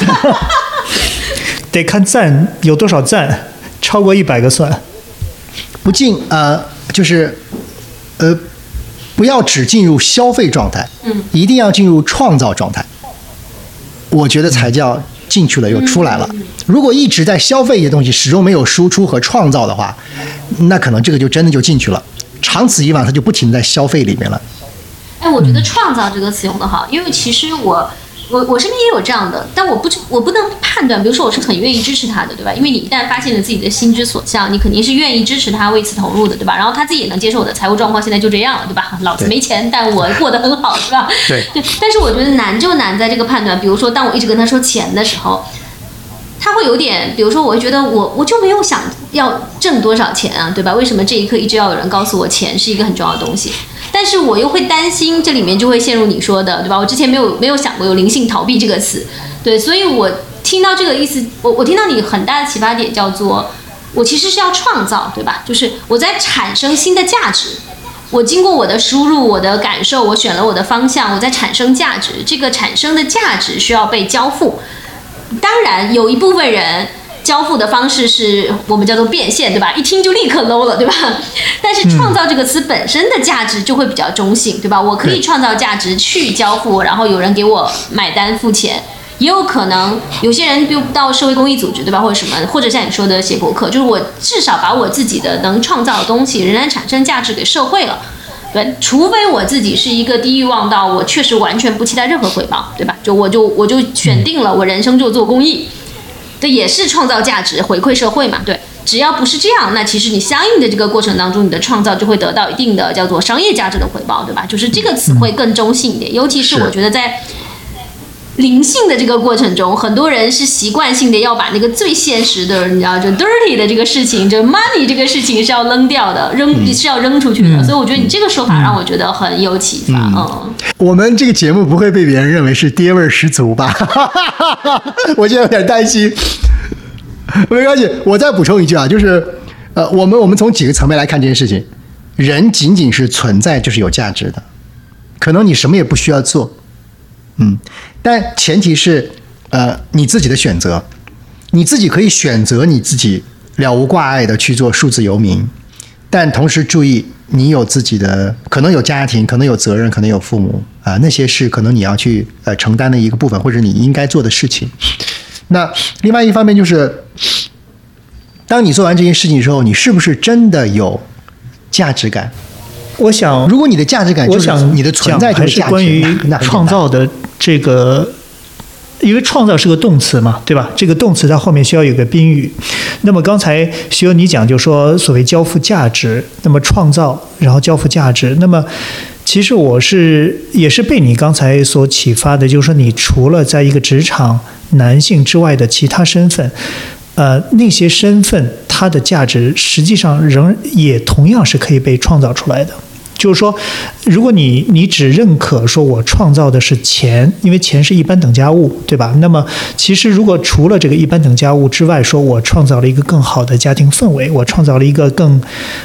得看赞有多少赞，超过100个算。 不进就是不要只进入消费状态，一定要进入创造状态。我觉得才叫进去了又出来了。如果一直在消费一些东西，始终没有输出和创造的话，那可能这个就真的就进去了。长此以往，它就不停在消费里面了。 我觉得创造这个词用得好，因为其实我身边也有这样的，但我不能判断。比如说，我是很愿意支持他的，对吧？因为你一旦发现了自己的心之所向，你肯定是愿意支持他，为此投入的，对吧？然后他自己也能接受我的财务状况现在就这样了，对吧？老子没钱，但我过得很好，是吧？ 对。 但是我觉得难就难在这个判断。比如说，当我一直跟他说钱的时候，他会有点，比如说，我会觉得我就没有想要挣多少钱啊，对吧？为什么这一刻一直要有人告诉我钱是一个很重要的东西？但是我又会担心，这里面就会陷入你说的，对吧？我之前没有想过有灵性逃避这个词，对，所以我听到这个意思，我听到你很大的启发点叫做，我其实是要创造，对吧？就是我在产生新的价值，我经过我的输入、我的感受，我选了我的方向，我在产生价值，这个产生的价值需要被交付。当然，有一部分人交付的方式是我们叫做变现，对吧？一听就立刻 low 了，对吧？但是创造这个词本身的价值就会比较中性，对吧？我可以创造价值去交付，然后有人给我买单付钱，也有可能有些人就到社会公益组织，对吧？或者什么，或者像你说的写博客，就是我至少把我自己的能创造的东西仍然产生价值给社会了。对，除非我自己是一个低欲望到我确实完全不期待任何回报，对吧？我就选定了我人生就做公益，这也是创造价值回馈社会嘛，对。只要不是这样，那其实你相应的这个过程当中，你的创造就会得到一定的叫做商业价值的回报，对吧？就是这个词汇更中性一点，尤其是我觉得在灵性的这个过程中，很多人是习惯性的要把那个最现实的，你知道，就 dirty 的这个事情，就 money 这个事情是要扔掉的，是要扔出去的。所以我觉得你这个说法让我觉得很有启发。 我们这个节目不会被别人认为是爹味十足吧？我现在有点担心。没关系，我再补充一句啊，就是我们从几个层面来看这件事情，人仅仅是存在就是有价值的，可能你什么也不需要做，但前提是你自己的选择，你自己可以选择你自己了无挂碍的去做数字游民，但同时注意你有自己的，可能有家庭，可能有责任，可能有父母那些是可能你要去承担的一个部分，或者你应该做的事情。那另外一方面就是，当你做完这件事情的时候，你是不是真的有价值感？ 我想， 如果你的价值感就是你的存在就是价值， 还是关于创造的这个，因为创造是个动词嘛，对吧？这个动词它后面需要有个宾语。那么刚才徐友你讲就说所谓交付价值，那么创造然后交付价值，那么其实也是被你刚才所启发的，就是说你除了在一个职场男性之外的其他身份，那些身份它的价值实际上也同样是可以被创造出来的。就是说，如果你只认可说我创造的是钱，因为钱是一般等价物，对吧？那么其实如果除了这个一般等价物之外，说我创造了一个更好的家庭氛围，我创造了一个更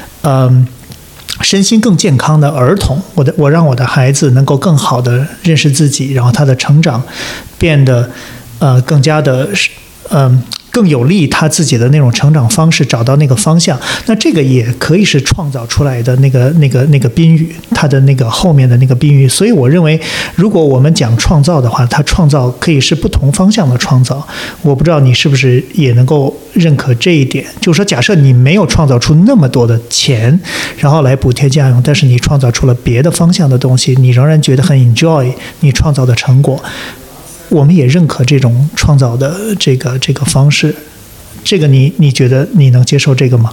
身心更健康的儿童，我让我的孩子能够更好的认识自己，然后他的成长变得更加的更有利他自己的那种成长方式，找到那个方向。那这个也可以是创造出来的那个宾语，它的那个后面的那个宾语。所以我认为，如果我们讲创造的话，它创造可以是不同方向的创造。我不知道你是不是也能够认可这一点，就是说，假设你没有创造出那么多的钱，然后来补贴家用，但是你创造出了别的方向的东西，你仍然觉得很 enjoy 你创造的成果，我们也认可这种创造的这个方式。这个你觉得你能接受这个吗？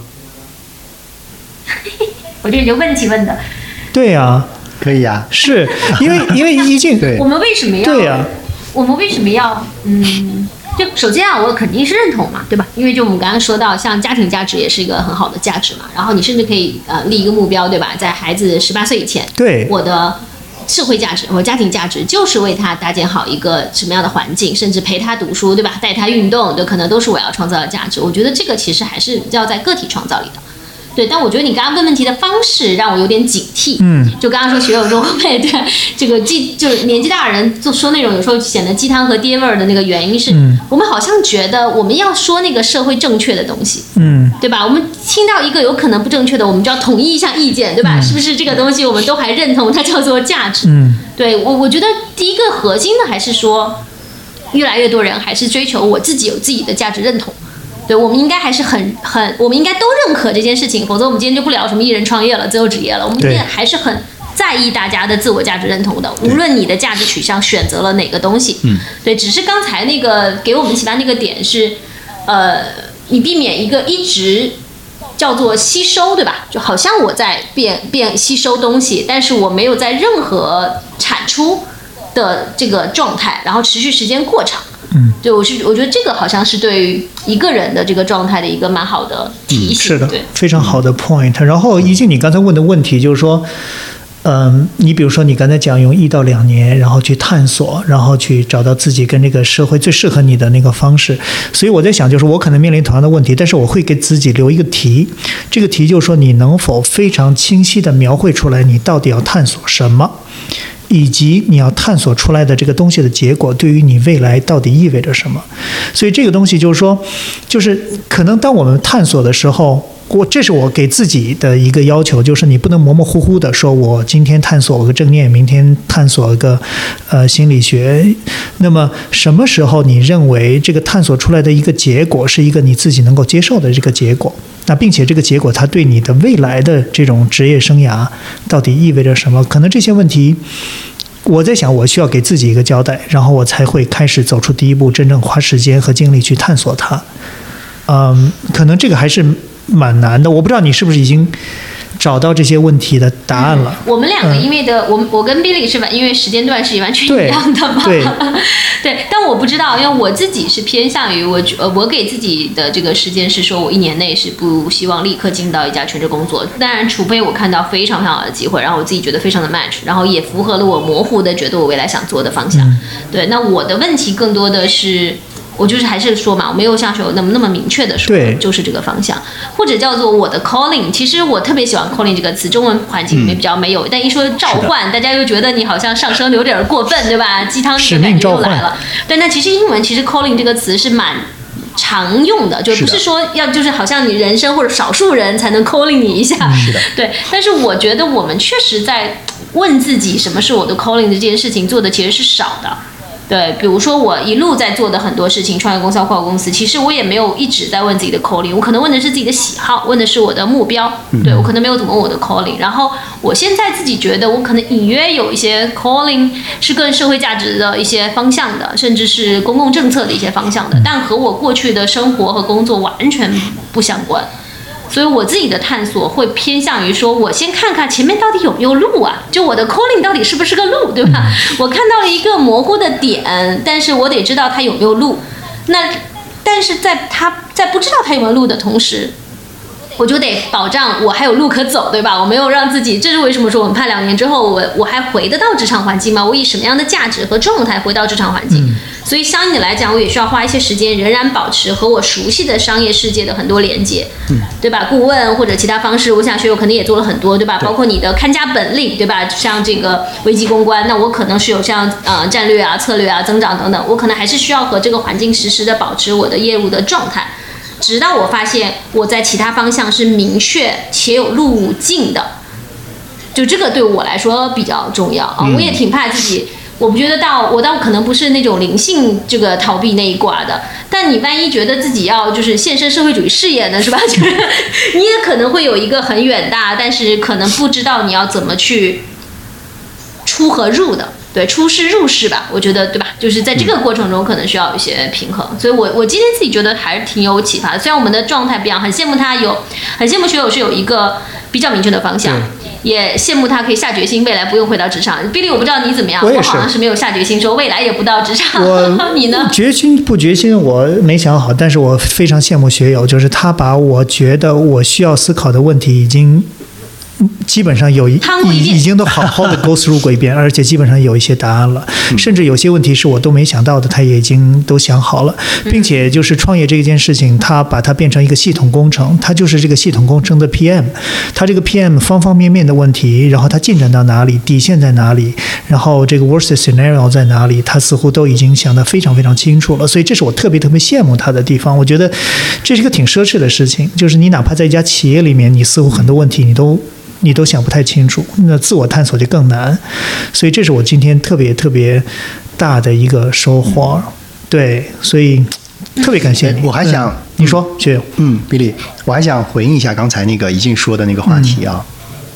我这个问题问的。 对呀， 可以呀， 是因为一进对， 我们为什么要？ 对呀， 我们为什么要就首先啊，我肯定是认同嘛，对吧？因为就我们刚刚说到，像家庭价值也是一个很好的价值嘛。然后你甚至可以立一个目标，对吧？在孩子18岁以前， 对， 我的社会价值，我家庭价值就是为他搭建好一个什么样的环境，甚至陪他读书，对吧？带他运动，对，可能都是我要创造的价值。我觉得这个其实还是要在个体创造里的。对，但我觉得你刚刚问问题的方式让我有点警惕。就刚刚说学友说会对这个就是年纪大的人就说那种有时候显得鸡汤和爹味儿的那个原因是，我们好像觉得我们要说那个社会正确的东西，对吧？我们听到一个有可能不正确的，我们就要统一一项意见，对吧？是不是这个东西我们都还认同它叫做价值？对，我觉得第一个核心的还是说，越来越多人还是追求我自己有自己的价值认同。对，我们应该还是我们应该都认可这件事情，否则我们今天就不聊什么艺人创业了、自由职业了。我们今天还是很在意大家的自我价值认同的，无论你的价值取向选择了哪个东西。对，只是刚才那个给我们启发那个点是，你避免一个一直叫做吸收，对吧？就好像我在变吸收东西，但是我没有在任何产出的这个状态，然后持续时间过长。对，我觉得这个好像是对于一个人的这个状态的一个蛮好的提醒。 是的， 对， 非常好的 point。然后一静，你刚才问的问题就是说，你比如说你刚才讲用1到2年，然后去探索，然后去找到自己跟这个社会最适合你的那个方式。所以我在想，就是我可能面临同样的问题，但是我会给自己留一个题，这个题就是说，你能否非常清晰地描绘出来你到底要探索什么，以及你要探索出来的这个东西的结果对于你未来到底意味着什么。所以这个东西就是说，就是可能当我们探索的时候，这是我给自己的一个要求，就是你不能模模糊糊的说，我今天探索个正念，明天探索个心理学。那么什么时候你认为这个探索出来的一个结果是一个你自己能够接受的这个结果？那并且这个结果它对你的未来的这种职业生涯到底意味着什么？可能这些问题，我在想，我需要给自己一个交代，然后我才会开始走出第一步，真正花时间和精力去探索它。可能这个还是蛮难的，我不知道你是不是已经找到这些问题的答案了。 我们两个因为我跟 Billy 是因为时间段是完全一样的嘛。 对， 对，但我不知道，因为我自己是偏向于我给自己的这个时间是说，我1年内是不希望立刻进到一家全职工作，当然除非我看到非常非常好的机会，然后我自己觉得非常的 match， 然后也符合了我模糊的觉得我未来想做的方向。对，那我的问题更多的是，我就是还是说嘛，我没有像学友那么明确的说，就是这个方向，或者叫做我的 calling。其实我特别喜欢 calling 这个词，中文环境里面比较没有，但一说召唤，大家又觉得你好像上升有点过分，对吧？鸡汤这个感觉又来了。对，那其实英文其实 calling 这个词是蛮常用的，就不是说要就是好像你人生或者少数人才能 calling 你一下。 是的， 对。但是我觉得我们确实在问自己什么是我的 calling 这件事情做的其实是少的。对，比如说我一路在做的很多事情，创业公司、跨国公司，其实我也没有一直在问自己的 calling， 我可能问的是自己的喜好，问的是我的目标，对，我可能没有怎么问我的 calling。然后我现在自己觉得，我可能隐约有一些 calling 是更社会价值的一些方向的，甚至是公共政策的一些方向的，但和我过去的生活和工作完全不相关。所以我自己的探索会偏向于说，我先看看前面到底有没有路啊，就我的 calling 到底是不是个路，对吧？我看到了一个模糊的点，但是我得知道它有没有路。那但是在不知道它有没有路的同时，我就得保障我还有路可走，对吧？我没有让自己，这是为什么说我们怕2年之后我还回得到职场环境吗？我以什么样的价值和状态回到职场环境？ 所以相应的来讲，我也需要花一些时间，仍然保持和我熟悉的商业世界的很多连接，对吧？顾问或者其他方式，我想学友肯定也做了很多，对吧？包括你的看家本领，对吧？像这个危机公关，那我可能是有像战略啊、策略啊、增长等等，我可能还是需要和这个环境实时的保持我的业务的状态，直到我发现我在其他方向是明确且有路径的。就这个对我来说比较重要啊，我也挺怕自己，我不觉得我倒可能不是那种灵性这个逃避那一挂的，但你万一觉得自己要就是献身社会主义事业呢，是吧？就是你也可能会有一个很远大，但是可能不知道你要怎么去出和入的。对，出世入世吧，我觉得对吧？就是在这个过程中可能需要有一些平衡，所以我今天自己觉得还是挺有启发的。虽然我们的状态不一样，很羡慕他很羡慕学友是有一个比较明确的方向，也羡慕他可以下决心未来不用回到职场。毕竟我不知道你怎么样，我好像是没有下决心说未来也不到职场。你呢？ 决心不决心我没想好，但是我非常羡慕学友，就是他把我觉得我需要思考的问题已经基本上已经都好好的 go through 过一遍，而且基本上有一些答案了，甚至有些问题是我都没想到的，他也已经都想好了，并且就是创业这件事情，他把它变成一个系统工程，他就是这个系统工程的 PM， 他这个 PM 方方面面的问题，然后他进展到哪里，底线在哪里，然后这个 worst scenario 在哪里，他似乎都已经想得非常非常清楚了，所以这是我特别特别羡慕他的地方。我觉得这是一个挺奢侈的事情，就是你哪怕在一家企业里面，你似乎很多问题你都想不太清楚，那自我探索就更难，所以这是我今天特别特别大的一个收获。对，所以特别感谢你。 我还想你说学友 ，Billy， 我还想回应一下刚才那个一静说的那个话题啊，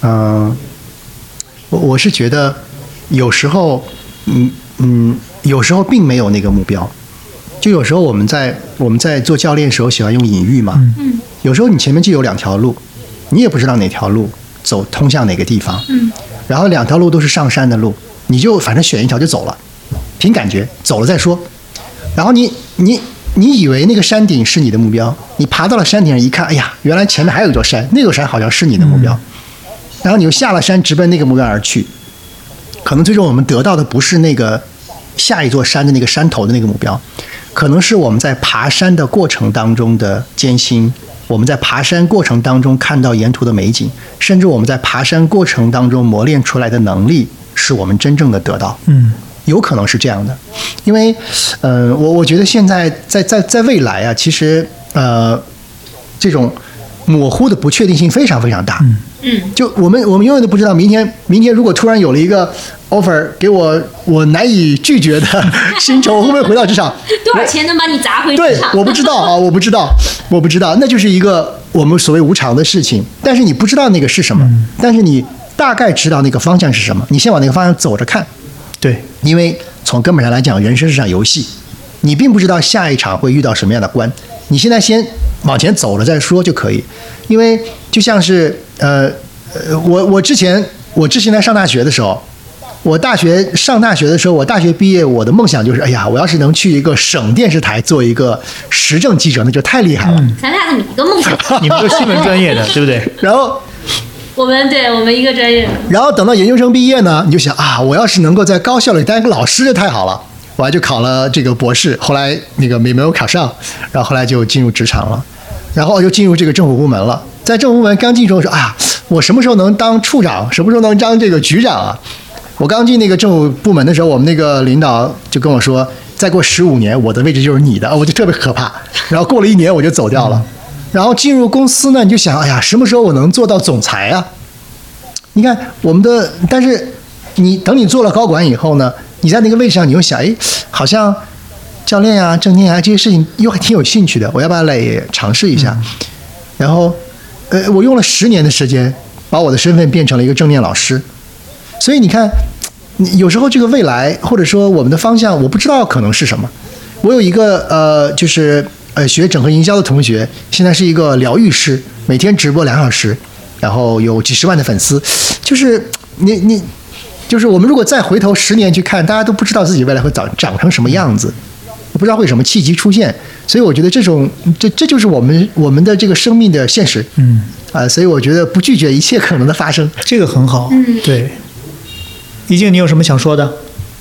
我是觉得有时候有时候并没有那个目标，就有时候我们在做教练的时候喜欢用隐喻嘛，有时候你前面就有两条路，你也不知道哪条路通向哪个地方，然后两条路都是上山的路，你就反正选一条就走了，凭感觉走了再说。然后你以为那个山顶是你的目标，你爬到了山顶上一看，哎呀，原来前面还有一座山，那座山好像是你的目标，然后你又下了山直奔那个目标而去，可能最终我们得到的不是那个下一座山的那个山头的那个目标，可能是我们在爬山的过程当中的艰辛，我们在爬山过程当中看到沿途的美景，甚至我们在爬山过程当中磨练出来的能力，是我们真正的得到。有可能是这样的，因为我觉得现在在未来啊，其实这种模糊的不确定性非常非常大。就我们永远都不知道明天如果突然有了一个 offer 给我难以拒绝的薪酬，我会不会回到职场？ 多少钱能把你砸回职场？ 对，我不知道啊，我不知道，那就是一个我们所谓无常的事情。但是你不知道那个是什么，但是你大概知道那个方向是什么，你先往那个方向走着看。对，因为从根本上来讲，人生是场游戏，你并不知道下一场会遇到什么样的关，你现在先往前走了再说就可以。因为就像是我之前在上大学的时候，我大学毕业，我的梦想就是，哎呀，我要是能去一个省电视台做一个时政记者，那就太厉害了。 咱俩怎么一个梦想？ 你们都是新闻专业的，对不对？ 然后我们一个专业的。然后等到研究生毕业呢，你就想啊，我要是能够在高校里当一个老师就太好了。我还就考了这个博士，后来那个没有考上，然后后来就进入职场了，然后就进入这个政府部门了。在政府部门刚进去的时候说，哎呀，我什么时候能当处长？什么时候能当这个局长啊？我刚进那个政府部门的时候，我们那个领导就跟我说，再过15年，我的位置就是你的，我就特别可怕。然后过了1年，我就走掉了。然后进入公司呢，你就想，哎呀，什么时候我能做到总裁啊？你看但是等你做了高管以后呢，你在那个位置上，你又想，哎，好像教练啊、正念啊这些事情又还挺有兴趣的，我要不要来尝试一下？然后，我用了10年的时间，把我的身份变成了一个正念老师。所以你看，有时候这个未来或者说我们的方向，我不知道可能是什么。我有一个就是学整合营销的同学，现在是一个疗愈师，每天直播2小时，然后有几十万的粉丝。就是就是我们如果再回头10年去看，大家都不知道自己未来会长成什么样子，不知道会什么契机出现。所以我觉得这就是我们的这个生命的现实。所以我觉得不拒绝一切可能的发生， 这个很好。对。一静，你有什么想说的？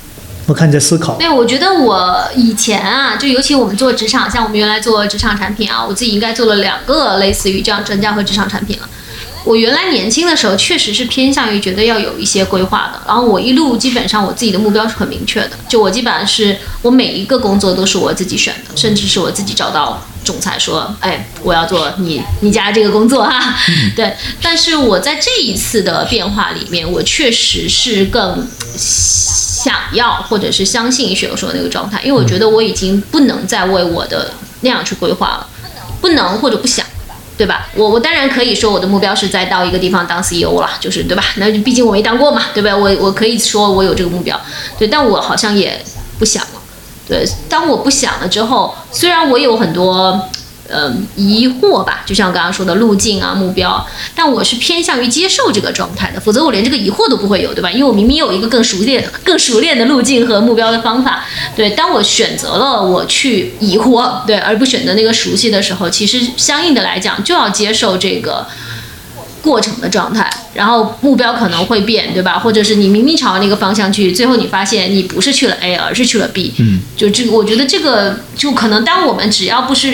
我看你在思考。 没有，我觉得我以前啊，就尤其我们做职场，像我们原来做职场产品啊，我自己应该做了2个类似于这样专家和职场产品了。我原来年轻的时候确实是偏向于觉得要有一些规划的，然后我一路基本上我自己的目标是很明确的，就我基本上是我每一个工作都是我自己选的，甚至是我自己找到总裁说，哎，我要做你家这个工作哈，对。但是我在这一次的变化里面，我确实是更想要或者是相信学友说的那个状态，因为我觉得我已经不能再为我的那样去规划了，不能或者不想。对吧？我当然可以说我的目标是再到一个地方当 CEO 了，就是对吧？那毕竟我没当过嘛，对吧？我可以说我有这个目标，对，但我好像也不想了。对，当我不想了之后，虽然我有很多疑惑吧，就像刚刚说的路径啊、目标，但我是偏向于接受这个状态的，否则我连这个疑惑都不会有，对吧？因为我明明有一个更熟练的路径和目标的方法。对，当我选择了我去疑惑，对，而不选择那个熟悉的时候，其实相应的来讲就要接受这个过程的状态，然后目标可能会变，对吧？或者是你明明朝那个方向去，最后你发现你不是去了 A， 而是去了 B。就这个，我觉得这个就可能，当我们只要不是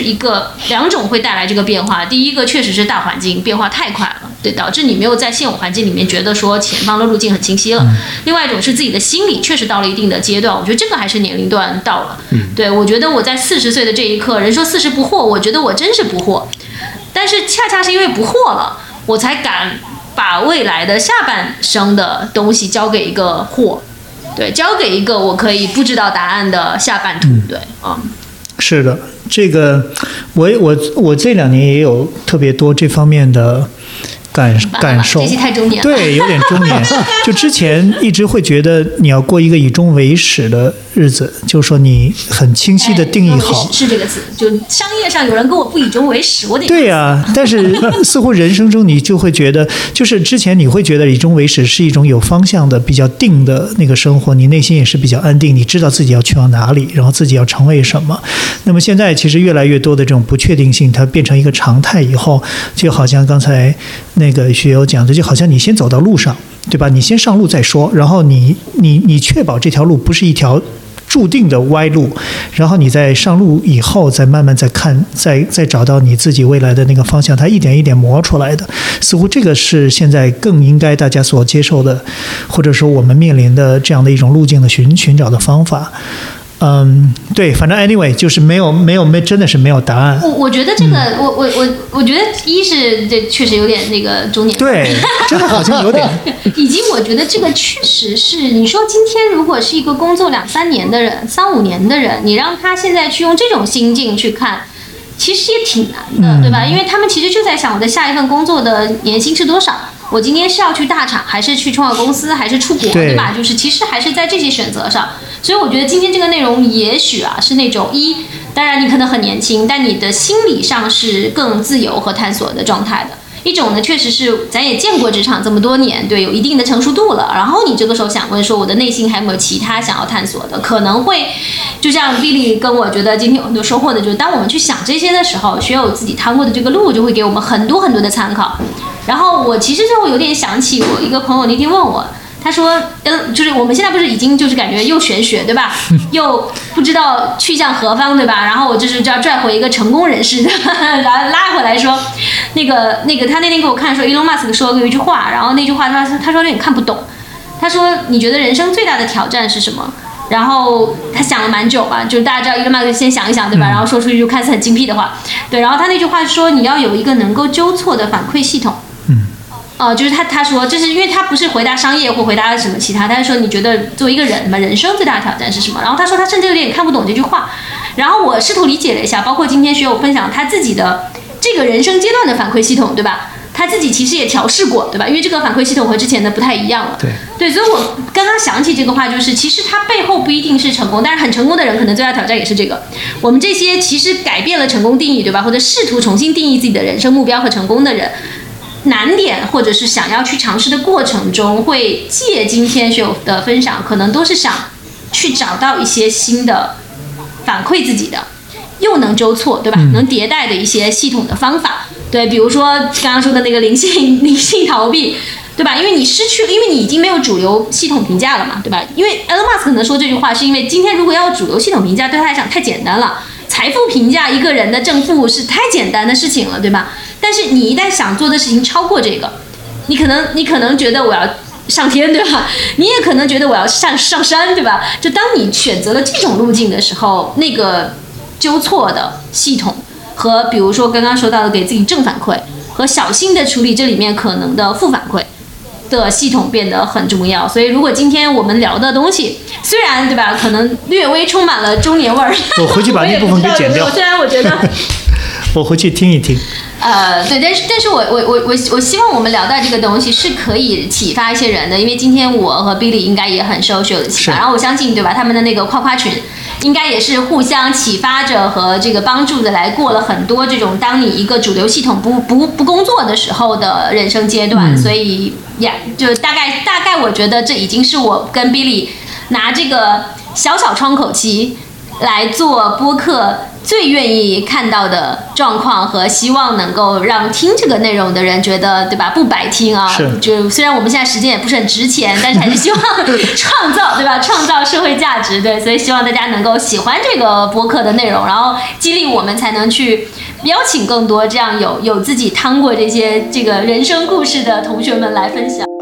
2种会带来这个变化。第一个确实是大环境变化太快了，对，导致你没有在现有环境里面觉得说前方的路径很清晰了。另外一种是自己的心理确实到了一定的阶段，我觉得这个还是年龄段到了。对，我觉得我在40岁的这一刻，人说40不惑，我觉得我真是不惑，但是恰恰是因为不惑了，我才敢把未来的下半生的东西交给一个货，对，交给一个我可以不知道答案的下半途，对， 是的，这个我这2年也有特别多这方面的感受， 这些太中年了， 对，有点中年。就之前一直会觉得你要过一个以终为始的日子，就是说你很清晰的定义好， 是这个词。就商业上有人跟我不以终为始，我得对呀。但是似乎人生中你就会觉得，就是之前你会觉得以终为始是一种有方向的、比较定的那个生活，你内心也是比较安定，你知道自己要去往哪里，然后自己要成为什么。那么现在其实越来越多的这种不确定性，它变成一个常态以后，就好像刚才那个学友讲的，就好像你先走到路上，对吧？你先上路再说，然后你确保这条路不是一条注定的歪路，然后你在上路以后再慢慢再看，再找到你自己未来的那个方向，它一点一点磨出来的。似乎这个是现在更应该大家所接受的，或者说我们面临的这样的一种路径的寻找的方法。对，反正 anyway 就是没有，真的是没有答案。 我觉得这个，我觉得一是这确实有点那个中年， 对，真的好像有点。 以及我觉得这个确实是，你说今天如果是一个工作2、3年的人、3、5年的人，你让他现在去用这种心境去看，其实也挺难的，对吧？因为他们其实就在想我的下一份工作的年薪是多少。我今天是要去大厂，还是去创业公司，还是出国，对吧？就是其实还是在这些选择上。所以我觉得今天这个内容也许啊是那种当然你可能很年轻，但你的心理上是更自由和探索的状态的。一种呢，确实是咱也见过职场这么多年，对，有一定的成熟度了。然后你这个时候想问说，我的内心还有没有其他想要探索的？可能会，就像 Billy 跟我觉得今天有很多收获的，就是当我们去想这些的时候，学友自己趟过的这个路就会给我们很多很多的参考。然后我其实就会有点想起我一个朋友那天问我。他说，就是我们现在不是已经就是感觉又玄学对吧，又不知道去向何方对吧？然后我就是要拽回一个成功人士的，然后拉回来说，那个他那天给我看说 Elon Musk 说过一句话，然后那句话他说有点看不懂，他说你觉得人生最大的挑战是什么？然后他想了蛮久吧，就是大家知道 Elon Musk 先想一想对吧？然后说出一句看似很精辟的话，对，然后他那句话说你要有一个能够纠错的反馈系统。就是他说，就是因为他不是回答商业或回答什么其他，他是说你觉得作为一个人嘛，人生最大的挑战是什么？然后他说他甚至有点看不懂这句话，然后我试图理解了一下，包括今天学友分享他自己的这个人生阶段的反馈系统，对吧？他自己其实也调试过，对吧？因为这个反馈系统和之前的不太一样了。对，所以我刚刚想起这个话，就是其实他背后不一定是成功，但是很成功的人可能最大挑战也是这个。我们这些其实改变了成功定义，对吧？或者试图重新定义自己的人生目标和成功的人。难点或者是想要去尝试的过程中，会借今天学友的分享，可能都是想去找到一些新的反馈自己的，又能纠错，对吧？能迭代的一些系统的方法。对，比如说刚刚说的那个灵性逃避， 对吧？因为你失去了，因为你已经没有主流系统评价了嘛，对吧？因为 Elon Musk 可能说这句话，是因为今天如果要主流系统评价，对他来讲太简单了。财富评价一个人的正负是太简单的事情了，对吧？但是你一旦想做的事情超过这个，你可能觉得我要上天，对吧？你也可能觉得我要上山，对吧？就当你选择了这种路径的时候，那个纠错的系统和比如说刚刚说到的给自己正反馈和小心的处理这里面可能的负反馈的系统变得很重要。所以如果今天我们聊的东西虽然，对吧，可能略微充满了中年味儿， 我回去把那部分给剪掉。 虽然我觉得我回去听一听。 对，但是我希望我们聊到这个东西是可以启发一些人的，因为今天我和 Billy 应该也很受的启发，然后我相信，对吧？他们的那个夸夸群应该也是互相启发着和这个帮助的，来过了很多这种当你一个主流系统不工作的时候的人生阶段，所以呀，就大概我觉得这已经是我跟 Billy 拿这个小窗口期来做播客最愿意看到的状况，和希望能够让听这个内容的人觉得，对吧？不白听啊！就虽然我们现在时间也不是很值钱，但是还是希望创造，对吧？创造社会价值，对，所以希望大家能够喜欢这个播客的内容，然后激励我们才能去邀请更多这样有自己趟过这个人生故事的同学们来分享。